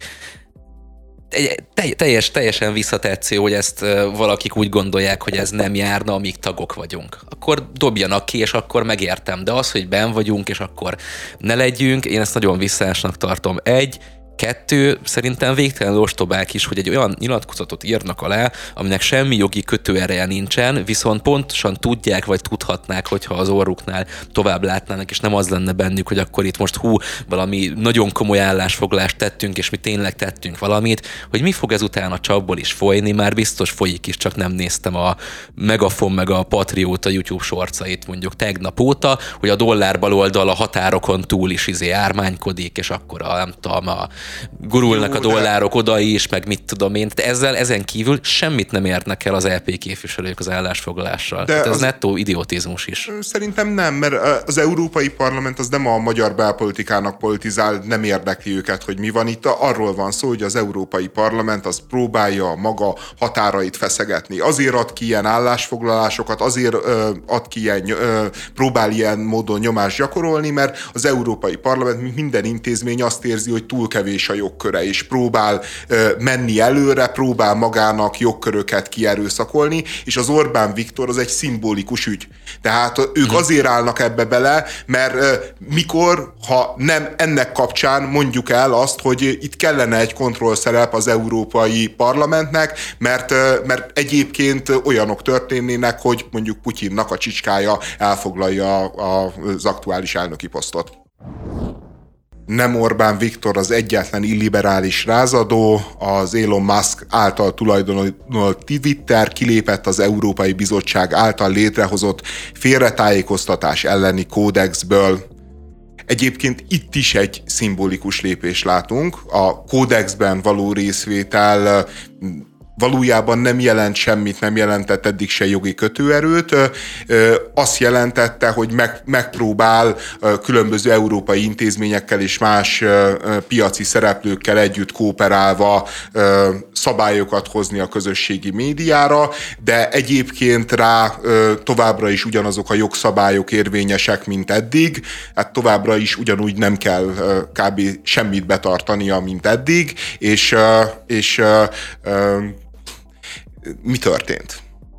Teljesen visszatetsző, hogy ezt valakik úgy gondolják, hogy ez nem járna, amíg tagok vagyunk. Akkor dobjanak ki, és akkor megértem. De az, hogy benn vagyunk, és akkor ne legyünk, én ezt nagyon visszásnak tartom. 1, 2, szerintem végtelen ostobák is, hogy egy olyan nyilatkozatot írnak alá, aminek semmi jogi kötőereje nincsen, viszont pontosan tudják, vagy tudhatnák, hogyha az orruknál tovább látnának, és nem az lenne bennük, hogy akkor itt most valami nagyon komoly állásfoglalást tettünk, és mi tényleg tettünk valamit, hogy mi fog ezután a csapból is folyni, már biztos folyik is, csak nem néztem a Megafon meg a Patrióta YouTube sorcait mondjuk tegnap óta, hogy a dollár baloldal a határokon túl is ármánykodik, és akkor a gurulnak a dollárok oda is, meg mit tudom én. Ezen kívül semmit nem érnek el az EP képviselők az állásfoglalással. Tehát ez nettó idiotizmus is. Szerintem nem, mert az Európai Parlament az nem a magyar belpolitikának politizál, nem érdekli őket, hogy mi van itt. Arról van szó, hogy az Európai Parlament az próbálja a maga határait feszegetni. Azért ad ki ilyen állásfoglalásokat, azért ad ki próbál ilyen módon nyomást gyakorolni, mert az Európai Parlament, mint minden intézmény azt érzi, hogy túl kevés a jogköre, és próbál menni előre, próbál magának jogköröket kierőszakolni, és az Orbán Viktor az egy szimbolikus ügy. Tehát ők azért állnak ebbe bele, mert mikor, ha nem ennek kapcsán mondjuk el azt, hogy itt kellene egy kontrollszerep az Európai Parlamentnek, mert egyébként olyanok történnének, hogy mondjuk Putyinnak a csicskája elfoglalja az aktuális elnöki posztot. Nem Orbán Viktor az egyetlen illiberális rázadó, az Elon Musk által tulajdonolt Twitter kilépett az Európai Bizottság által létrehozott félretájékoztatás elleni kódexből. Egyébként itt is egy szimbolikus lépést látunk. A kódexben való részvétel valójában nem jelent semmit, nem jelentett eddig se jogi kötőerőt. Azt jelentette, hogy megpróbál különböző európai intézményekkel és más piaci szereplőkkel együtt kooperálva szabályokat hozni a közösségi médiára, de egyébként rá továbbra is ugyanazok a jogszabályok érvényesek, mint eddig, hát továbbra is ugyanúgy nem kell kb. Semmit betartania, mint eddig, és mi történt?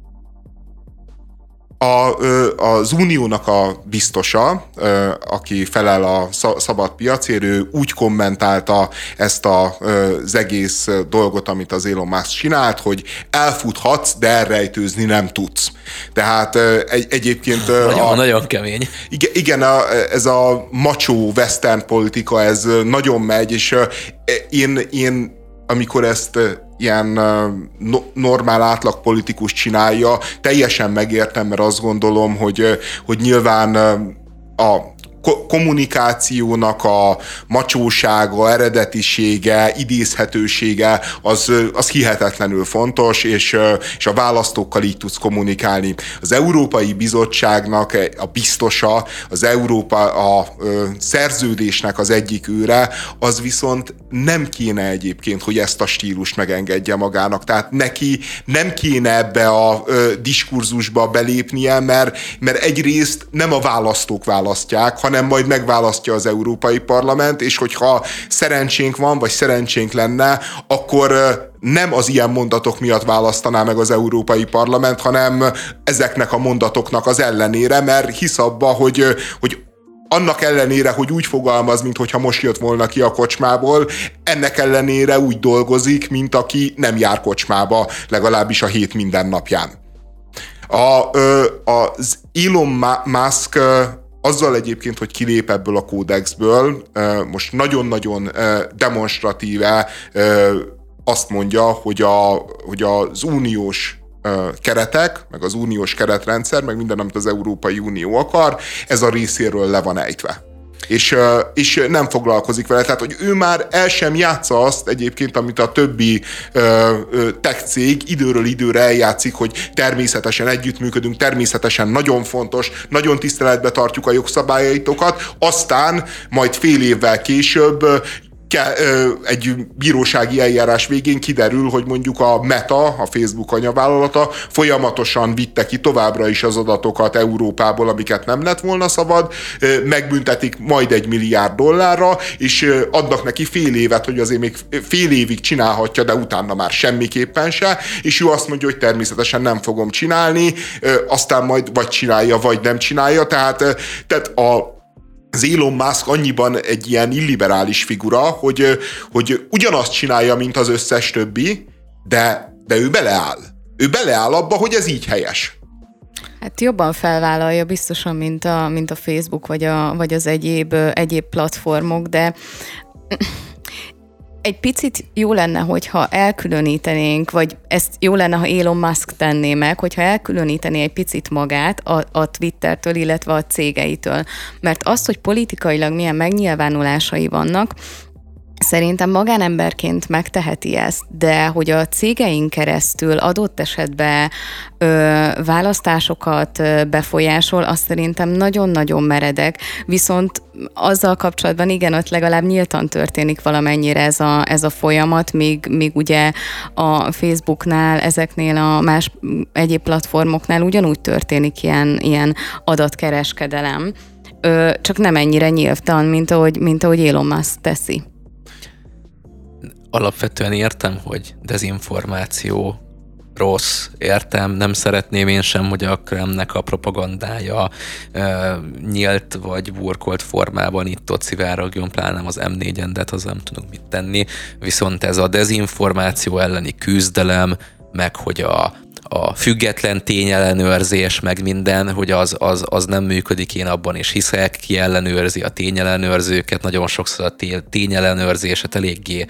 Az Uniónak a biztosa, aki felel a szabad piacért, ő úgy kommentálta ezt az egész dolgot, amit az Elon Musk csinált, hogy elfuthatsz, de elrejtőzni nem tudsz. Tehát egyébként... Nagyon kemény. Igen, ez a macho western politika, ez nagyon megy, és én amikor ezt ilyen normál átlag politikus csinálja, teljesen megértem, mert azt gondolom, hogy nyilván a kommunikációnak a macsósága, eredetisége, idézhetősége az hihetetlenül fontos, és a választókkal így tudsz kommunikálni. Az Európai Bizottságnak a biztosa, a szerződésnek az egyik őre, az viszont nem kéne egyébként, hogy ezt a stílust megengedje magának. Tehát neki nem kéne ebbe a diskurzusba belépnie, mert egyrészt nem a választók választják, hanem majd megválasztja az Európai Parlament, és hogyha szerencsénk van, vagy szerencsénk lenne, akkor nem az ilyen mondatok miatt választaná meg az Európai Parlament, hanem ezeknek a mondatoknak az ellenére, mert hisz abba, hogy annak ellenére, hogy úgy fogalmaz, mintha most jött volna ki a kocsmából, ennek ellenére úgy dolgozik, mint aki nem jár kocsmába, legalábbis a hét minden napján. Az Elon Musk azzal egyébként, hogy kilép ebből a kódexből, most nagyon-nagyon demonstratíve azt mondja, hogy az uniós keretek, meg az uniós keretrendszer, meg minden, amit az Európai Unió akar, ez a részéről le van ejtve. És nem foglalkozik vele. Tehát, hogy ő már el sem játsza azt egyébként, amit a többi tech cég időről időre eljátszik, hogy természetesen együttműködünk, természetesen nagyon fontos, nagyon tiszteletbe tartjuk a jogszabályaitokat, aztán majd fél évvel később egy bírósági eljárás végén kiderül, hogy mondjuk a Meta, a Facebook anyavállalata folyamatosan vitte ki továbbra is az adatokat Európából, amiket nem lett volna szabad, megbüntetik majd $1 milliárd, és adnak neki fél évet, hogy azért még fél évig csinálhatja, de utána már semmiképpen se, és ő azt mondja, hogy természetesen nem fogom csinálni, aztán majd vagy csinálja, vagy nem csinálja, tehát az Elon Musk annyiban egy ilyen illiberális figura, hogy ugyanazt csinálja, mint az összes többi, de ő beleáll. Ő beleáll abba, hogy ez így helyes. Hát jobban felvállalja biztosan, mint a Facebook, vagy az egyéb platformok, de egy picit jó lenne, hogyha elkülönítenénk, vagy ezt jó lenne, ha Elon Musk tenné meg, hogyha elkülönítené egy picit magát a Twittertől, illetve a cégeitől. Mert azt, hogy politikailag milyen megnyilvánulásai vannak, szerintem magánemberként megteheti ezt, de hogy a cégeink keresztül adott esetben választásokat befolyásol, azt szerintem nagyon-nagyon meredek, viszont azzal kapcsolatban igen, ott legalább nyíltan történik valamennyire ez a folyamat, míg ugye a Facebooknál, ezeknél a más egyéb platformoknál ugyanúgy történik ilyen adatkereskedelem, csak nem ennyire nyíltan, mint ahogy Elon Musk teszi. Alapvetően értem, hogy dezinformáció rossz, értem, nem szeretném én sem, hogy a Kremlnek a propagandája nyílt vagy burkolt formában itt-ott szivárogjon, pláne az M4-en, de az nem tudunk mit tenni. Viszont ez a dezinformáció elleni küzdelem, meg hogy a független tényellenőrzés, meg minden, hogy az nem működik, én abban is hiszek, ki ellenőrzi a tényellenőrzőket, nagyon sokszor a tényellenőrzéset eléggé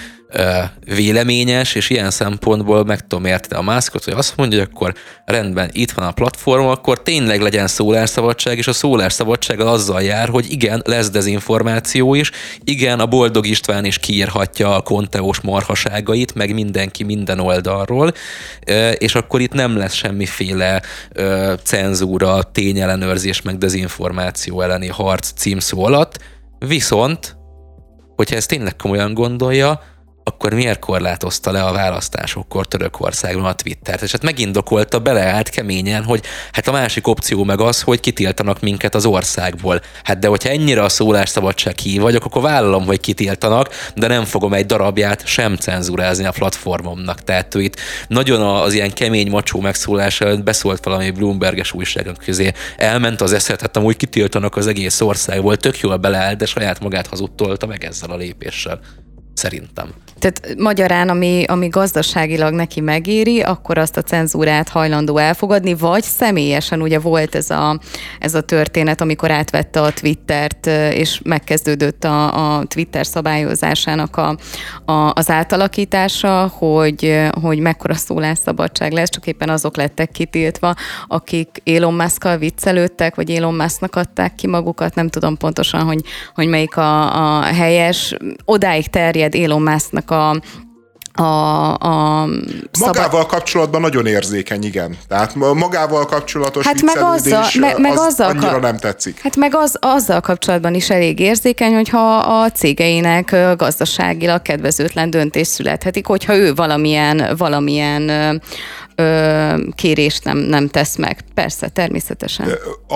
véleményes, és ilyen szempontból meg tudom érteni a Muskot, hogy azt mondja, hogy akkor rendben, itt van a platform, akkor tényleg legyen szólásszabadság, és a szólásszabadsággal azzal jár, hogy igen, lesz dezinformáció is, igen, a Boldog István is kiírhatja a konteós marhaságait, meg mindenki minden oldalról, és akkor itt nem lesz semmiféle cenzúra, tényellenőrzés, meg dezinformáció elleni harc címszó alatt, viszont, hogyha ezt tényleg komolyan gondolja, akkor miért korlátozta le a választásokkor Törökországban a Twittert? És hát megindokolta, beleállt keményen, hogy hát a másik opció meg az, hogy kitiltanak minket az országból. Hát de hogyha ennyire a szólásszabadság hív vagyok, akkor vállalom, hogy kitiltanak, de nem fogom egy darabját sem cenzurázni a platformomnak. Tehát ő itt nagyon az ilyen kemény macsó megszólás előtt beszólt valami Bloomberges újságnak közé. Elment az eszet, hát amúgy kitiltanak az egész országból, tök jól beleállt, de saját magát hazudtolta meg ezzel a lépéssel. Szerintem. Tehát magyarán, ami gazdaságilag neki megéri, akkor azt a cenzúrát hajlandó elfogadni, vagy személyesen ugye volt ez a történet, amikor átvette a Twittert, és megkezdődött a Twitter szabályozásának az átalakítása, hogy mekkora szólásszabadság lesz, csak éppen azok lettek kitiltva, akik Elon Muskkal viccelődtek, vagy Elon Musknak adták ki magukat, nem tudom pontosan, hogy melyik a helyes. Odáig terjed Elon Musknak magával kapcsolatban nagyon érzékeny, igen. Tehát magával kapcsolatos viccelődés az annyira nem tetszik. Hát meg azzal kapcsolatban is elég érzékeny, hogyha a cégeinek gazdaságilag kedvezőtlen döntés születhetik, hogyha ő valamilyen kérést nem tesz meg. Persze, természetesen.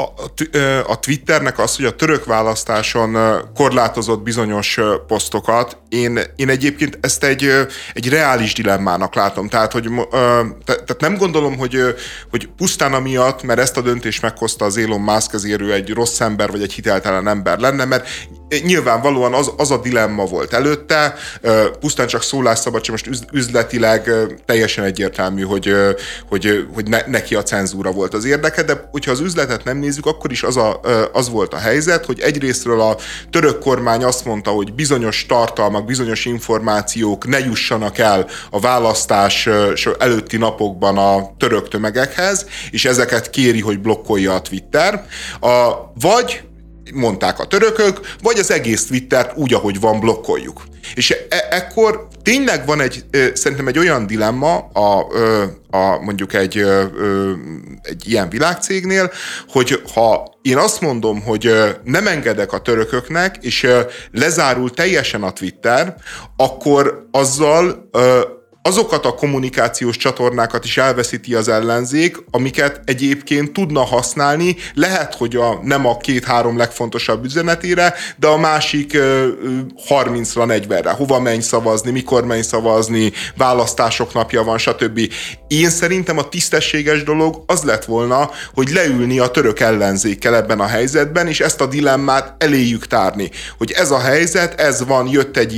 A Twitternek az, hogy a török választáson korlátozott bizonyos posztokat, én egyébként ezt egy reális dilemmának látom. Tehát, tehát nem gondolom, hogy pusztán amiatt, mert ezt a döntést meghozta az Elon Musk, ezért ő egy rossz ember, vagy egy hiteltelen ember lenne, mert nyilvánvalóan az a dilemma volt előtte, pusztán csak szólásszabadság, most üzletileg teljesen egyértelmű, hogy neki a cenzúra volt az érdeke, de hogyha az üzletet nem nézzük, akkor is az volt a helyzet, hogy egyrésztről a török kormány azt mondta, hogy bizonyos tartalmak, bizonyos információk ne jussanak el a választás előtti napokban a török tömegekhez, és ezeket kéri, hogy blokkolja a Twitter, vagy mondták a törökök, vagy az egész Twittert úgy, ahogy van, blokkoljuk. És ekkor tényleg van szerintem egy olyan dilemma mondjuk egy ilyen világcégnél, hogy ha én azt mondom, hogy nem engedek a törököknek, és lezárul teljesen a Twitter, akkor azzal azokat a kommunikációs csatornákat is elveszíti az ellenzék, amiket egyébként tudna használni, lehet, hogy nem a 2-3 legfontosabb üzenetére, de a másik 30-ra, 40-re. Hova menj szavazni, mikor menj szavazni, választások napja van, stb. Én szerintem a tisztességes dolog az lett volna, hogy leülni a török ellenzékkel ebben a helyzetben, és ezt a dilemmát eléjük tárni. Hogy ez a helyzet, ez van, jött egy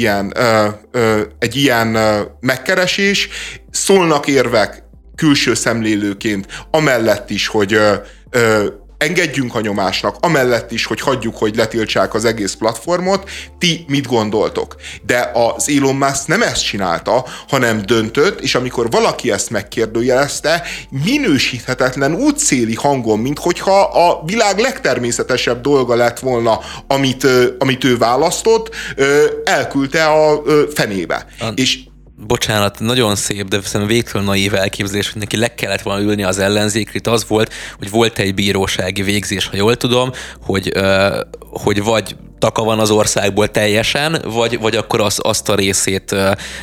ilyen megkeresés, szólnak érvek külső szemlélőként, amellett is, hogy engedjünk a nyomásnak, amellett is, hogy hagyjuk, hogy letiltsák az egész platformot, ti mit gondoltok? De az Elon Musk nem ezt csinálta, hanem döntött, és amikor valaki ezt megkérdőjelezte, minősíthetetlen útszéli hangon, minthogyha a világ legtermészetesebb dolga lett volna, amit ő választott, elküldte a fenébe. És bocsánat, nagyon szép, de szerintem végtelen naív elképzelés, hogy neki le kellett volna ülni az ellenzékre. Itt az volt, hogy volt egy bírósági végzés, ha jól tudom, hogy vagy taka van az országból teljesen, vagy akkor azt a részét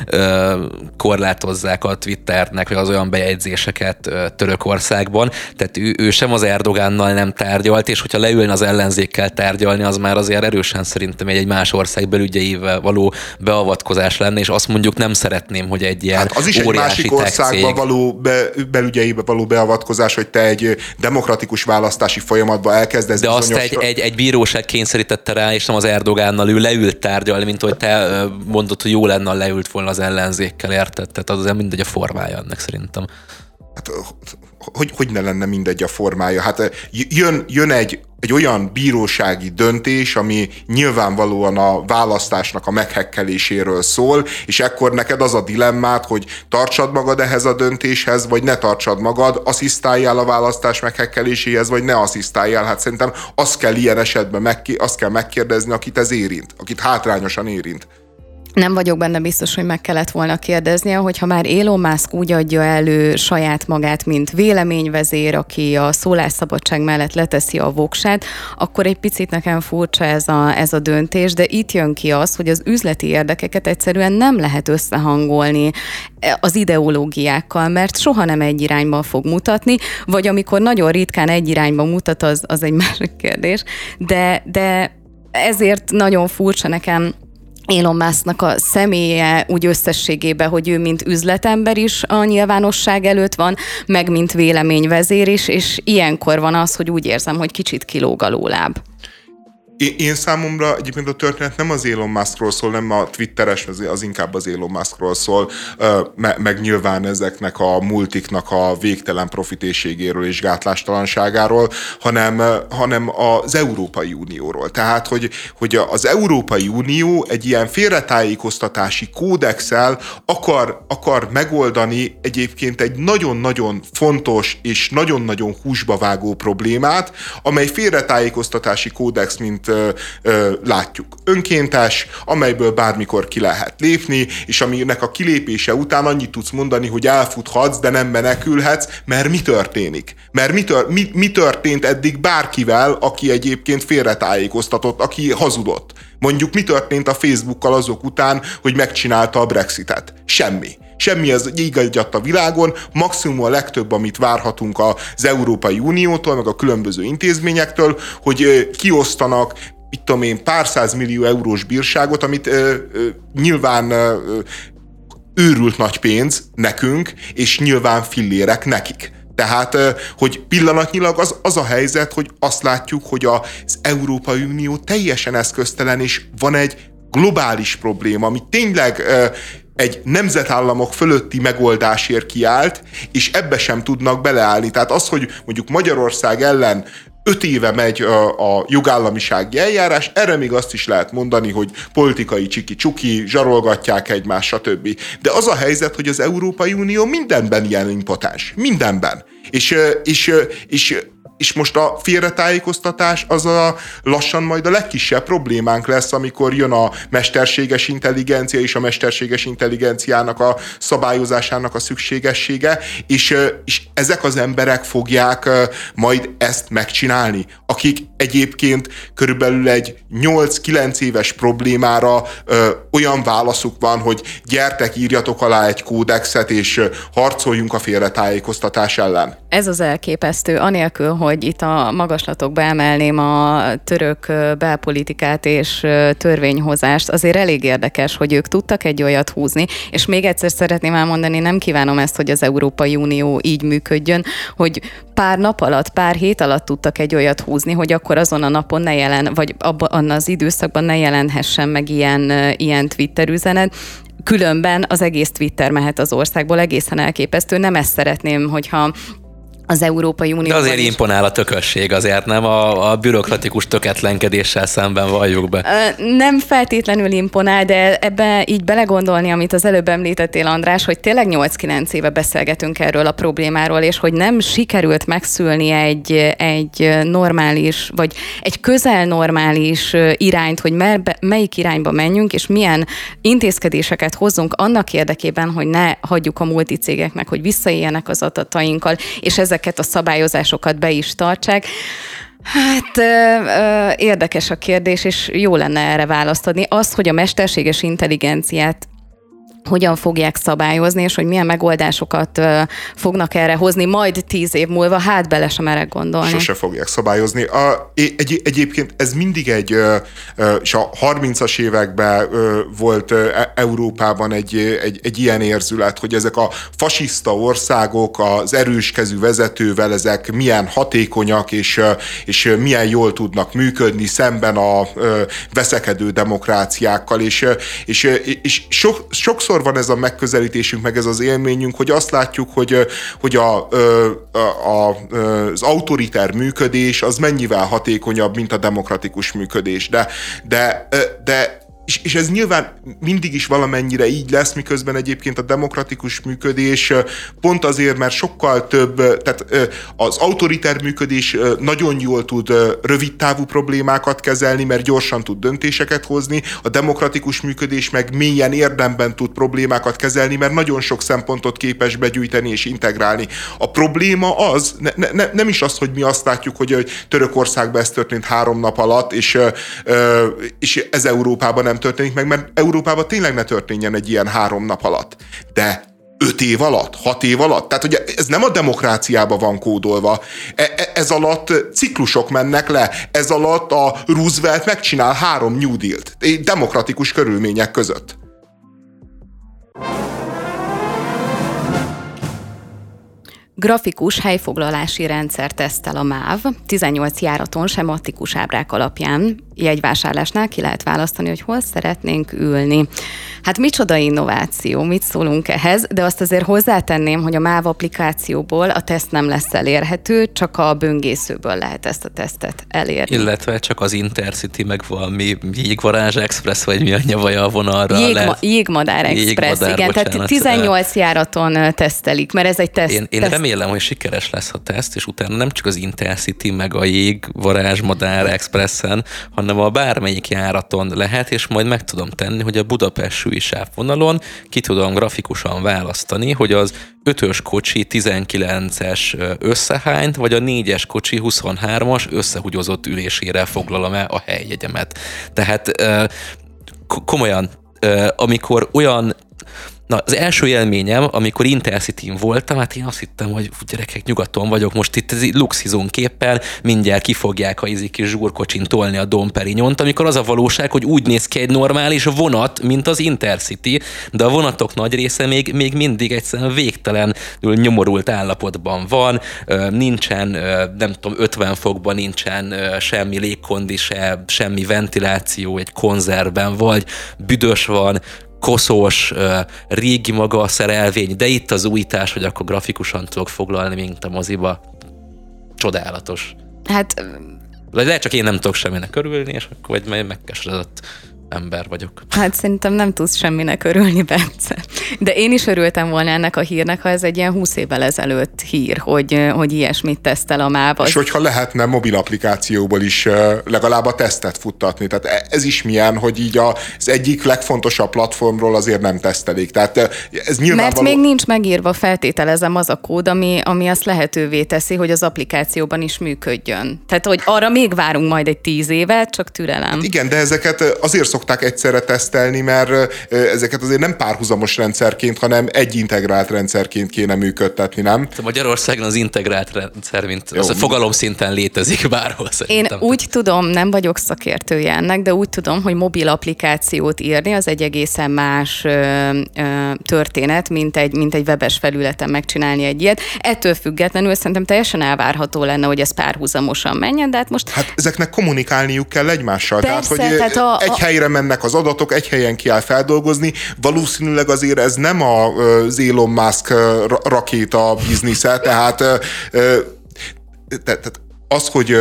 korlátozzák a Twitternek, vagy az olyan bejegyzéseket Törökországban. Tehát ő sem az Erdogánnal nem tárgyalt, és hogyha leülne az ellenzékkel tárgyalni, az már azért erősen szerintem egy más ország belügyeivel való beavatkozás lenne, és azt mondjuk nem szeretném, hogy egy ilyen az is egy másik országban való belügyeibe való beavatkozás, hogy te egy demokratikus választási folyamatba elkezdesz. De azt egy bíróság kényszerítette rá, és nem az Erdogánnal ő leült tárgyalni, mint hogy te mondod, hogy jó lenne, ha leült volna az ellenzékkel, érted? Tehát az azért mindegy a formája ennek szerintem. Hát, hogy ne lenne mindegy a formája? Hát jön egy olyan bírósági döntés, ami nyilvánvalóan a választásnak a meghekkeléséről szól, és ekkor neked az a dilemmád, hogy tartsad magad ehhez a döntéshez, vagy ne tartsad magad, asszisztáljál a választás meghekkeléséhez, vagy ne asszisztáljál. Hát szerintem azt kell ilyen esetben azt kell megkérdezni, akit ez érint, akit hátrányosan érint. Nem vagyok benne biztos, hogy meg kellett volna kérdeznie, hogyha már Elon Musk úgy adja elő saját magát, mint véleményvezér, aki a szólásszabadság mellett leteszi a voksát, akkor egy picit nekem furcsa ez a döntés, de itt jön ki az, hogy az üzleti érdekeket egyszerűen nem lehet összehangolni az ideológiákkal, mert soha nem egy irányba fog mutatni, vagy amikor nagyon ritkán egy irányba mutat, az egy másik kérdés, de ezért nagyon furcsa nekem Elon Musknak a személye úgy összességében, hogy ő mint üzletember is a nyilvánosság előtt van, meg mint véleményvezér is, és ilyenkor van az, hogy úgy érzem, hogy kicsit kilóg a lóláb. Én számomra egyébként a történet nem az Elon Muskról szól, nem a Twitteres, az inkább az Elon Muskról szól, meg nyilván ezeknek a multiknak a végtelen profitészségéről és gátlástalanságáról, hanem az Európai Unióról. Tehát, hogy az Európai Unió egy ilyen félretájékoztatási kódexsel akar megoldani egyébként egy nagyon-nagyon fontos és nagyon-nagyon húsba vágó problémát, amely félretájékoztatási kódex, mint látjuk, önkéntes, amelyből bármikor ki lehet lépni, és aminek a kilépése után annyit tudsz mondani, hogy elfuthatsz, de nem menekülhetsz, mert mi történik? Mert mi történt eddig bárkivel, aki egyébként félretájékoztatott, aki hazudott? Mondjuk mi történt a Facebookkal azok után, hogy megcsinálta a Brexitet? Semmi az ígyadt a világon, maximum a legtöbb, amit várhatunk az Európai Uniótól, meg a különböző intézményektől, hogy kiosztanak, mit tudom én, pár százmillió eurós bírságot, amit nyilván őrült nagy pénz nekünk, és nyilván fillérek nekik. Tehát, hogy pillanatnyilag az a helyzet, hogy azt látjuk, hogy az Európai Unió teljesen eszköztelen, és van egy globális probléma, ami tényleg egy nemzetállamok fölötti megoldásért kiállt, és ebbe sem tudnak beleállni. Tehát az, hogy mondjuk Magyarország ellen 5 éve megy a jogállamisági eljárás, erre még azt is lehet mondani, hogy politikai csiki-csuki, zsarolgatják egymást, stb. De az a helyzet, hogy az Európai Unió mindenben ilyen impotens. Mindenben. És most a félretájékoztatás az lassan majd a legkisebb problémánk lesz, amikor jön a mesterséges intelligencia és a mesterséges intelligenciának a szabályozásának a szükségessége, és ezek az emberek fogják majd ezt megcsinálni, akik egyébként körülbelül egy 8-9 éves problémára olyan válaszuk van, hogy gyertek, írjatok alá egy kódexet, és harcoljunk a félretájékoztatás ellen. Ez az elképesztő, anélkül, hogy itt a magaslatokba emelném a török belpolitikát és törvényhozást, azért elég érdekes, hogy ők tudtak egy olyat húzni, és még egyszer szeretném elmondani, nem kívánom ezt, hogy az Európai Unió így működjön, hogy pár nap alatt, pár hét alatt tudtak egy olyat húzni, hogy akkor azon a napon vagy abban az időszakban ne jelenhessen meg ilyen Twitter üzenet. Különben az egész Twitter mehet az országból, egészen elképesztő. Nem ezt szeretném, hogyha az Európai Unió. De azért imponál a tökösség, azért nem a bürokratikus töketlenkedéssel szemben valljuk be. Nem feltétlenül imponál, de ebbe így belegondolni, amit az előbb említettél, András, hogy tényleg 8-9 éve beszélgetünk erről a problémáról, és hogy nem sikerült megszülni egy normális, vagy egy közel normális irányt, hogy melyik irányba menjünk, és milyen intézkedéseket hozzunk annak érdekében, hogy ne hagyjuk a multicégeknek, hogy visszaéljenek az adatainkkal, és ezeket a szabályozásokat be is tartsák. Hát érdekes a kérdés, és jó lenne erre választ adni. Az, hogy a mesterséges intelligenciát hogyan fogják szabályozni, és hogy milyen megoldásokat fognak erre hozni majd 10 év múlva, hát bele sem merek gondolni. Sose fogják szabályozni. Egyébként ez mindig és a 30-as években volt Európában egy ilyen érzület, hogy ezek a fasiszta országok az erőskezű vezetővel, ezek milyen hatékonyak, és milyen jól tudnak működni szemben a veszekedő demokráciákkal, és sokszor van ez a megközelítésünk, meg ez az élményünk, hogy azt látjuk, hogy az autoriter működés az mennyivel hatékonyabb, mint a demokratikus működés. De és ez nyilván mindig is valamennyire így lesz, miközben egyébként a demokratikus működés pont azért, mert sokkal több, tehát az autoriter működés nagyon jól tud rövidtávú problémákat kezelni, mert gyorsan tud döntéseket hozni, a demokratikus működés meg mélyen érdemben tud problémákat kezelni, mert nagyon sok szempontot képes begyűjteni és integrálni. A probléma az, nem is az, hogy mi azt látjuk, hogy Törökországban ez történt 3 nap alatt, és ez Európában nem történik meg, mert Európában tényleg ne történjen egy ilyen 3 nap alatt. De 5 év alatt, 6 év alatt, tehát ugye ez nem a demokráciában van kódolva. Ez alatt ciklusok mennek le, ez alatt a Roosevelt megcsinál 3 New Deal-t, demokratikus körülmények között. Grafikus helyfoglalási rendszer tesztel a MÁV, 18 járaton sematikus ábrák alapján jegyvásárlásnál ki lehet választani, hogy hol szeretnénk ülni. Hát micsoda innováció, mit szólunk ehhez, de azt azért hozzátenném, hogy a MÁV applikációból a teszt nem lesz elérhető, csak a böngészőből lehet ezt a tesztet elérni. Illetve csak az Intercity, meg valami Jégvarázs Express, vagy mi a nyavaja a vonalra lehet. Jégmadár Express, igen, tehát 18 járaton tesztelik, mert ez egy teszt. Én remélem, hogy sikeres lesz a teszt, és utána nem csak az Intercity, meg a Jégvarázs Madár Expressen, hanem a bármelyik járaton lehet, és majd meg tudom tenni, hogy a Budapest sávvonalon ki tudom grafikusan választani, hogy az 5-ös kocsi 19-es összehányt, vagy a 4-es kocsi 23-as összehugyozott ülésére foglalom-e a helyjegyemet. Tehát komolyan, amikor olyan az első élményem, amikor Intercityn voltam, hát én azt hittem, hogy gyerekek, nyugaton vagyok, most itt luxizonképpen mindjárt ki fogják a kis zsúrkocsin tolni a Dom Perignont, amikor az a valóság, hogy úgy néz ki egy normális vonat, mint az Intercity, de a vonatok nagy része még mindig egyszerűen végtelenül nyomorult állapotban van, nincsen, nem tudom, 50 fokban nincsen semmi légkondi, semmi ventiláció, egy konzervben vagy, büdös van, koszos, régi maga a szerelvény, de itt az újítás, hogy akkor grafikusan tudok foglalni, mint a moziba. Csodálatos. Hát... Lehet csak én nem tudok semminek örülni, és akkor vagy megkeseredett ember vagyok. Hát szerintem nem tudsz semminek örülni, Bence. De én is örültem volna ennek a hírnek, ha ez egy ilyen 20 évvel ezelőtt hír, hogy ilyesmit tesztel a MÁV. És hogyha lehetne mobil applikációból is legalább a tesztet futtatni. Tehát ez is milyen, hogy így az egyik legfontosabb platformról azért nem tesztelik. Tehát ez nyilvánvaló... Mert még nincs megírva, feltételezem, az a kód, ami azt lehetővé teszi, hogy az applikációban is működjön. Tehát, hogy arra még várunk majd egy 10 évet, csak türelem. Hát igen, de ezeket azért szokták egyszerre tesztelni, mert ezeket azért nem párhuzamos rendszerként, hanem egy integrált rendszerként kéne működtetni, nem? Magyarországon az integrált rendszer, mint az a fogalomszinten létezik bárhol szerintem. Én úgy tudom, nem vagyok szakértője ennek, de úgy tudom, hogy mobil applikációt írni az egy egészen más történet, mint egy webes felületen megcsinálni egy ilyet. Ettől függetlenül szerintem teljesen elvárható lenne, hogy ez párhuzamosan menjen, de hát most... Hát ezeknek kommunikálniuk kell egymással. Persze, tehát, hogy egy helyre mennek az adatok, egy helyen kell feldolgozni. Valószínűleg azért ez nem az Elon Musk rakéta biznisze, tehát az, hogy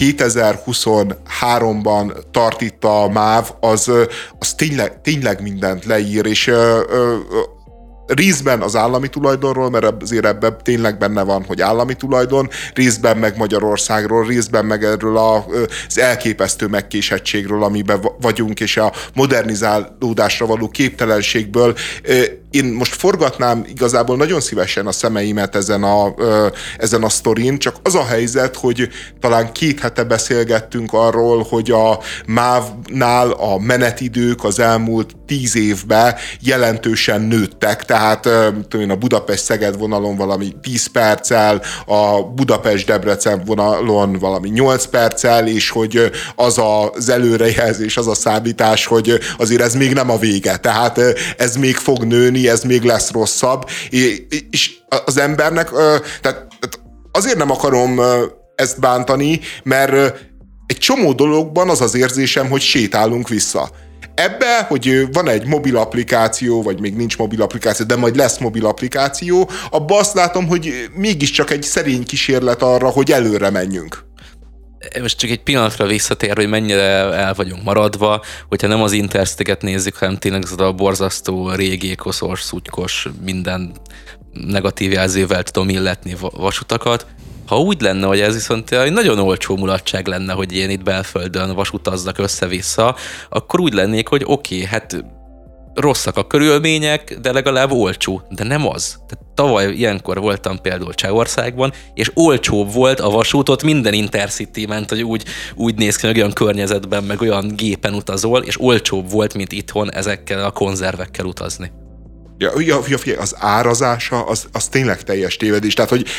2023-ban tart itt a MÁV, az tényleg mindent leír, és részben az állami tulajdonról, mert azért ebben tényleg benne van, hogy állami tulajdon, részben meg Magyarországról, részben meg erről az elképesztő megkésettségről, amiben vagyunk, és a modernizálódásra való képtelenségből. Én most forgatnám igazából nagyon szívesen a szemeimet ezen a sztorin, csak az a helyzet, hogy talán 2 hete beszélgettünk arról, hogy a MÁV-nál a menetidők az elmúlt 10 évben jelentősen nőttek, tehát a Budapest-Szeged vonalon valami 10 perccel, a Budapest-Debrecen vonalon valami 8 perccel, és hogy az az előrejelzés, az a számítás, hogy azért ez még nem a vége, tehát ez még fog nőni, ez még lesz rosszabb, és az embernek, tehát azért nem akarom ezt bántani, mert egy csomó dologban az az érzésem, hogy sétálunk vissza. Ebbe, hogy van egy mobil applikáció, vagy még nincs mobil applikáció, de majd lesz mobil applikáció, abban azt látom, hogy mégiscsak egy szerény kísérlet arra, hogy előre menjünk. Most csak egy pillanatra visszatér, hogy mennyire el vagyunk maradva, hogyha nem az Intercity-et nézzük, hanem tényleg ez a borzasztó, régi, koszos, szutykos, minden negatív jelzővel tudom illetni vasutakat. Ha úgy lenne, hogy ez viszont egy nagyon olcsó mulatság lenne, hogy én itt belföldön vasutaznak össze-vissza, akkor úgy lennék, hogy oké, hát rosszak a körülmények, de legalább olcsó. De nem az. Tehát tavaly ilyenkor voltam például Csehországban, és olcsóbb volt a vasútot, minden Intercity ment, hogy úgy néz ki, hogy olyan környezetben, meg olyan gépen utazol, és olcsóbb volt, mint itthon ezekkel a konzervekkel utazni. Ja, az árazása, az tényleg teljes tévedés. Tehát, hogy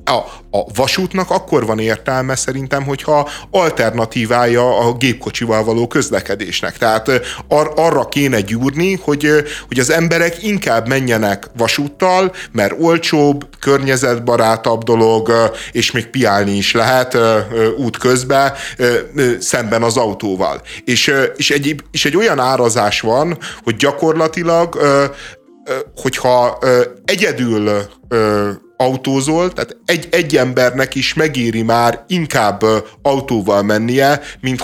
A vasútnak akkor van értelme szerintem, hogyha alternatívája a gépkocsival való közlekedésnek. Tehát arra kéne gyúrni, hogy az emberek inkább menjenek vasúttal, mert olcsóbb, környezetbarátabb dolog, és még piálni is lehet útközben szemben az autóval. És egy olyan árazás van, hogy gyakorlatilag hogyha egyedül autózol, tehát egy embernek is megéri már inkább autóval mennie,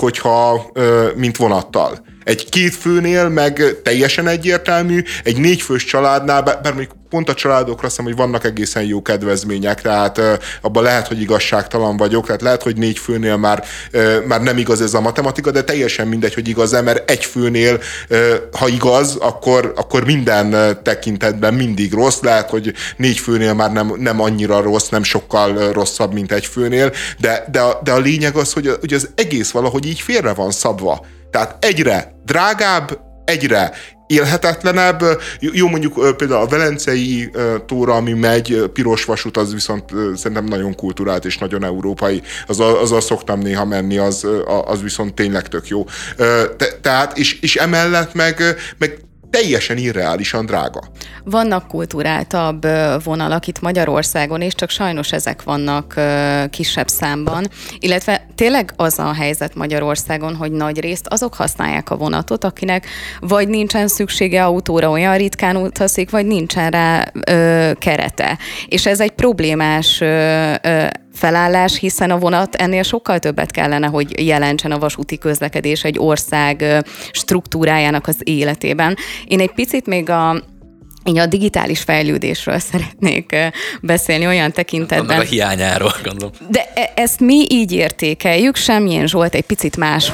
mint vonattal. Egy 2 főnél meg teljesen egyértelmű, egy 4 fős családnál, bár még pont a családokra azt hiszem, hogy vannak egészen jó kedvezmények, tehát abban lehet, hogy igazságtalan vagyok, tehát lehet, hogy 4 főnél már nem igaz ez a matematika, de teljesen mindegy, hogy igaz-e, mert 1 főnél, ha igaz, akkor minden tekintetben mindig rossz, lehet, hogy 4 főnél már nem annyira rossz, nem sokkal rosszabb, mint 1 főnél, de a lényeg az, hogy az egész valahogy így félre van szabva. Tehát egyre drágább, egyre élhetetlenebb. Jó, mondjuk például a Velencei tóra, ami megy, piros vasút, az viszont szerintem nagyon kulturált és nagyon európai. Azzal szoktam néha menni, az viszont tényleg tök jó. Tehát, és emellett meg teljesen irreálisan drága. Vannak kulturáltabb vonalak itt Magyarországon, és csak sajnos ezek vannak kisebb számban, illetve tényleg az a helyzet Magyarországon, hogy nagy részt azok használják a vonatot, akinek vagy nincsen szüksége autóra, olyan ritkán utazik, vagy nincsen rá kerete. És ez egy problémás felállás, hiszen a vonat ennél sokkal többet kellene, hogy jelentsen a vasúti közlekedés egy ország struktúrájának az életében. Én egy picit még a digitális fejlődésről szeretnék beszélni olyan tekintetben. Annak a hiányáról, gondolom. De ezt mi így értékeljük, Semjén Zsolt egy picit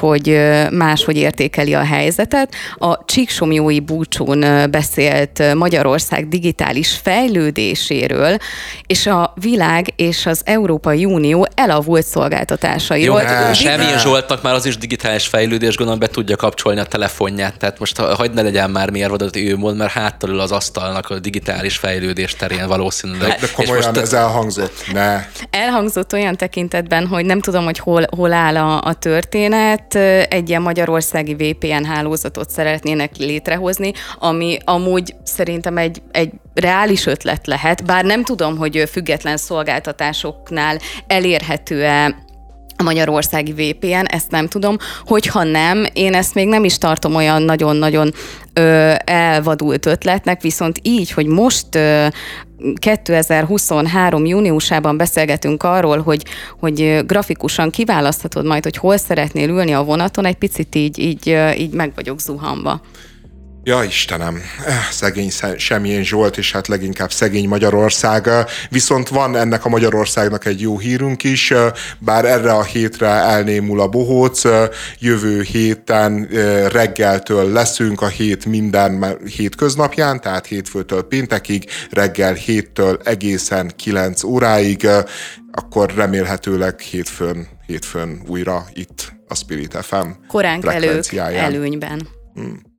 máshogy értékeli a helyzetet. A Csíksomlyói búcsún beszélt Magyarország digitális fejlődéséről, és a világ és az Európai Unió elavult szolgáltatásairól. Jó, Semjén Zsoltnak már az is digitális fejlődés, gondolom be tudja kapcsolni a telefonját, tehát most hagyd ne legyen már mérvadat, ő mond, mert háttal ül az asztalnak a digitális fejlődés terén valószínűleg. De komolyan ez elhangzott? Ne. Elhangzott olyan tekintetben, hogy nem tudom, hogy hol áll a történet. Egy ilyen magyarországi VPN hálózatot szeretnének létrehozni, ami amúgy szerintem egy reális ötlet lehet, bár nem tudom, hogy független szolgáltatásoknál elérhető-e a magyarországi VPN, ezt nem tudom. Hogyha nem, én ezt még nem is tartom olyan nagyon-nagyon elvadult ötletnek, viszont így, hogy most 2023. júniusában beszélgetünk arról, hogy grafikusan kiválaszthatod majd, hogy hol szeretnél ülni a vonaton, egy picit így meg vagyok zuhanva. Ja, Istenem, szegény Semjén Zsolt, és hát leginkább szegény Magyarország. Viszont van ennek a Magyarországnak egy jó hírünk is, bár erre a hétre elnémul a bohóc. Jövő héten reggeltől leszünk a minden hétköznapján, tehát hétfőtől péntekig, reggel 7-től egészen 9 óráig, akkor remélhetőleg hétfőn újra itt a Spirit FM korán kelők előnyben.